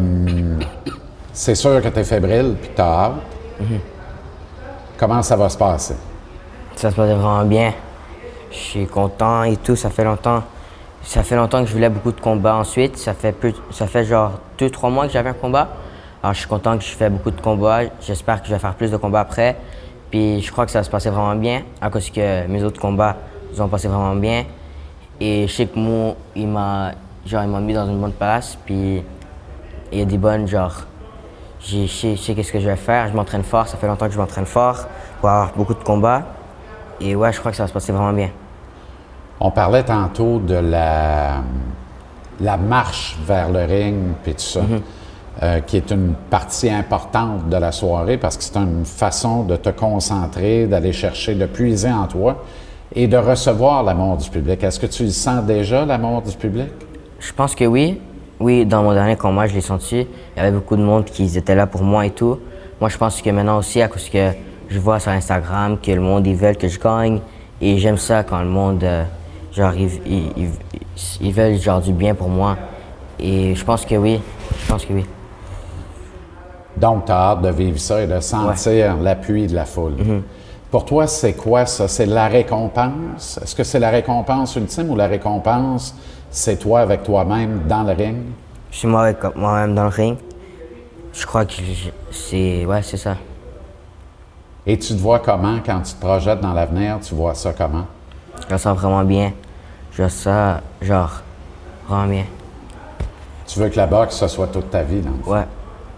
Speaker 19: c'est sûr que tu es fébrile puis que tu as hâte.
Speaker 20: Mhm.
Speaker 19: Comment ça va se passer?
Speaker 20: Ça se passe vraiment bien. Je suis content et tout. Ça fait longtemps. Ça fait longtemps que je voulais beaucoup de combats ensuite. Ça fait peu, ça fait genre deux, trois mois que j'avais un combat. Alors je suis content que je fais beaucoup de combats. J'espère que je vais faire plus de combats après. Puis je crois que ça va se passer vraiment bien à cause que mes autres combats ils ont passé vraiment bien. Et je sais que moi, il m'a, genre, il m'a mis dans une bonne place. Puis il y a des bonnes, genre, j'ai- je sais, je sais qu'est-ce que je vais faire. Je m'entraîne fort. Ça fait longtemps que je m'entraîne fort pour avoir beaucoup de combats. Et ouais, je crois que ça va se passer vraiment bien.
Speaker 19: On parlait tantôt de la, la marche vers le ring puis tout ça, euh, qui est une partie importante de la soirée parce que c'est une façon de te concentrer, d'aller chercher, de puiser en toi et de recevoir l'amour du public. Est-ce que tu le sens déjà, l'amour du public?
Speaker 20: Je pense que oui. Oui, dans mon dernier combat, je l'ai senti. Il y avait beaucoup de monde qui étaient là pour moi et tout. Moi, je pense que maintenant aussi, à cause que je vois sur Instagram que le monde, ils veulent que je gagne. Et j'aime ça quand le monde, euh, genre, ils, ils, ils- ils veulent, genre, du bien pour moi. Et je pense que oui. Je pense que oui.
Speaker 19: Donc, tu as hâte de vivre ça et de sentir ouais. l'appui de la foule. Mm-hmm. Pour toi, c'est quoi ça? C'est la récompense? Est-ce que c'est la récompense ultime ou la récompense, c'est toi avec toi-même dans le ring?
Speaker 20: Je suis moi avec moi-même dans le ring. Je crois que c'est... Ouais, c'est ça.
Speaker 19: Et tu te vois comment quand tu te projettes dans l'avenir? Tu vois ça comment?
Speaker 20: Je le sens vraiment bien. Je le sens, genre, vraiment bien.
Speaker 19: Tu veux que la boxe, ce soit toute ta vie, donc?
Speaker 20: Ouais.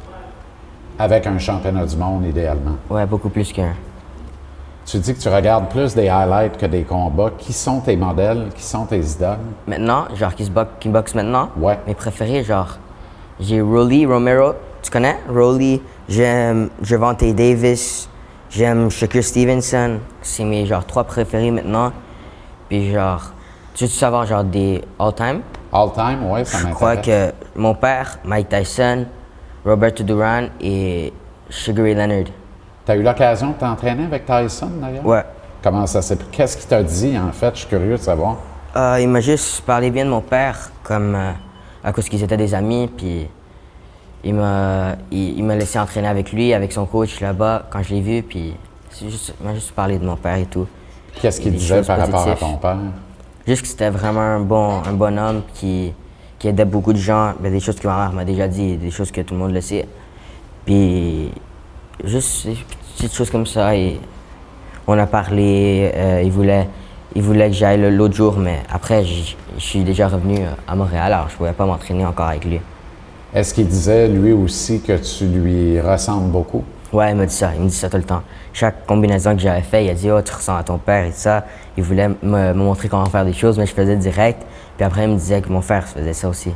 Speaker 19: Avec un championnat du monde, idéalement?
Speaker 20: Ouais, beaucoup plus qu'un.
Speaker 19: Tu dis que tu regardes plus des highlights que des combats. Qui sont tes modèles? Qui sont tes idoles?
Speaker 20: Maintenant, genre, qui se boxent, qui boxent maintenant?
Speaker 19: Ouais.
Speaker 20: Mes préférés, genre, j'ai Rolly Romero. Tu connais? Rolly. J'aime Gervonta Davis. J'aime Shakur Stevenson. C'est mes, genre, trois préférés maintenant. Puis, genre, tu veux savoir, genre, des all-time?
Speaker 19: All-time, oui, ça m'intéresse.
Speaker 20: Je crois que mon père, Mike Tyson, Roberto Duran et Sugar Ray Leonard.
Speaker 19: Tu as eu l'occasion de t'entraîner avec Tyson, d'ailleurs?
Speaker 20: Ouais.
Speaker 19: Comment ça s'est... Qu'est-ce qu'il t'a dit, en fait? Je suis curieux de savoir.
Speaker 20: Euh, il m'a juste parlé bien de mon père, comme euh, à cause qu'ils étaient des amis, puis il m'a, il, il m'a laissé entraîner avec lui, avec son coach là-bas, quand je l'ai vu, puis c'est juste, il m'a juste parlé de mon père et tout.
Speaker 19: Qu'est-ce qu'il disait par rapport à ton père?
Speaker 20: Juste que c'était vraiment un bon, un bon homme qui, qui aidait beaucoup de gens, ben, des choses que ma mère m'a déjà dit, des choses que tout le monde le sait. Puis juste des petites choses comme ça, et on a parlé, euh, il voulait... Il voulait que j'aille l'autre jour, mais après, je suis déjà revenu à Montréal, alors je ne pouvais pas m'entraîner encore avec lui.
Speaker 19: Est-ce qu'il disait, lui aussi, que tu lui ressembles beaucoup?
Speaker 20: Ouais, il m'a dit ça. Il me dit ça tout le temps. Chaque combinaison que j'avais fait, il a dit « Oh, tu ressembles à ton père » et tout ça. Il voulait me, me montrer comment faire des choses, mais je faisais direct. Puis après, il me disait que mon frère faisait ça aussi.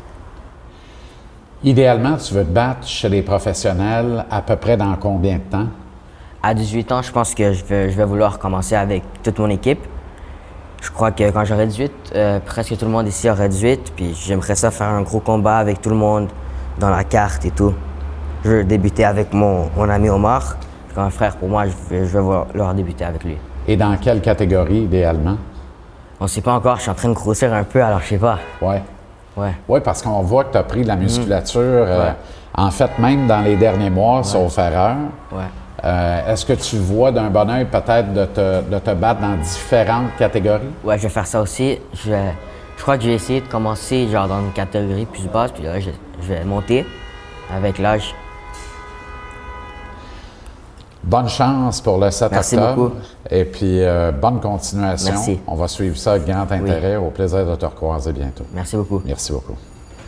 Speaker 19: Idéalement, tu veux te battre chez les professionnels à peu près dans combien de temps?
Speaker 20: À dix-huit ans, je pense que je vais, je vais vouloir commencer avec toute mon équipe. Je crois que quand j'aurai dix-huit, euh, presque tout le monde ici aurait dix-huit, puis j'aimerais ça faire un gros combat avec tout le monde dans la carte et tout. Je veux débuter avec mon, mon ami Omar, comme un frère pour moi, je veux, je veux leur débuter avec lui.
Speaker 19: Et dans quelle catégorie, idéalement?
Speaker 20: On ne sait pas encore, je suis en train de grossir un peu, alors je sais pas.
Speaker 19: Ouais.
Speaker 20: Ouais.
Speaker 19: Oui, parce qu'on voit que tu as pris de la musculature, mmh. euh,
Speaker 20: ouais.
Speaker 19: en fait, même dans les derniers mois, ouais. sauf erreur.
Speaker 20: Ouais.
Speaker 19: Euh, est-ce que tu vois d'un bon œil peut-être de te, de te battre dans différentes catégories?
Speaker 20: Ouais, je vais faire ça aussi. Je, vais, je crois que je vais essayer de commencer genre dans une catégorie plus basse, puis là, je, je vais monter avec l'âge.
Speaker 19: Bonne chance pour le sept
Speaker 20: Merci
Speaker 19: octobre.
Speaker 20: Beaucoup.
Speaker 19: Et puis, euh, bonne continuation.
Speaker 20: Merci.
Speaker 19: On va suivre ça avec grand intérêt. Oui. Au plaisir de te recroiser bientôt.
Speaker 20: Merci beaucoup.
Speaker 19: Merci beaucoup.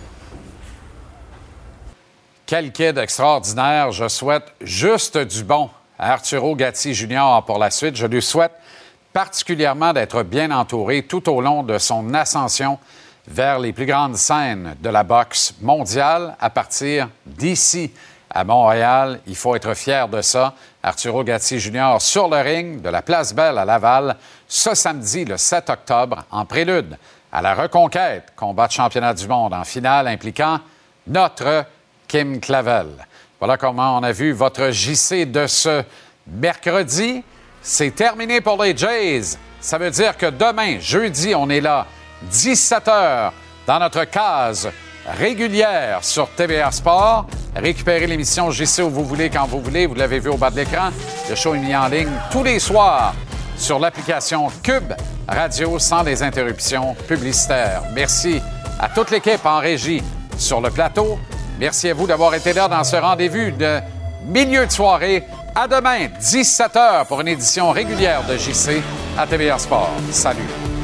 Speaker 1: Quel kid extraordinaire. Je souhaite juste du bon à Arturo Gatti junior pour la suite. Je lui souhaite particulièrement d'être bien entouré tout au long de son ascension vers les plus grandes scènes de la boxe mondiale à partir d'ici à Montréal. Il faut être fier de ça. Arturo Gatti junior sur le ring de la Place Belle à Laval ce samedi, le sept octobre, en prélude à la Reconquête, combat de championnat du monde en finale impliquant notre Kim Clavel. Voilà comment on a vu votre J C de ce mercredi. C'est terminé pour les Jays. Ça veut dire que demain, jeudi, on est là, dix-sept heures, dans notre case régulière sur T V A Sport. Récupérez l'émission J C où vous voulez, quand vous voulez. Vous l'avez vu au bas de l'écran. Le show est mis en ligne tous les soirs sur l'application Cube Radio sans les interruptions publicitaires. Merci à toute l'équipe en régie sur le plateau. Merci à vous d'avoir été là dans ce rendez-vous de milieu de soirée. À demain, dix-sept heures, pour une édition régulière de J C à T V A Sport. Salut!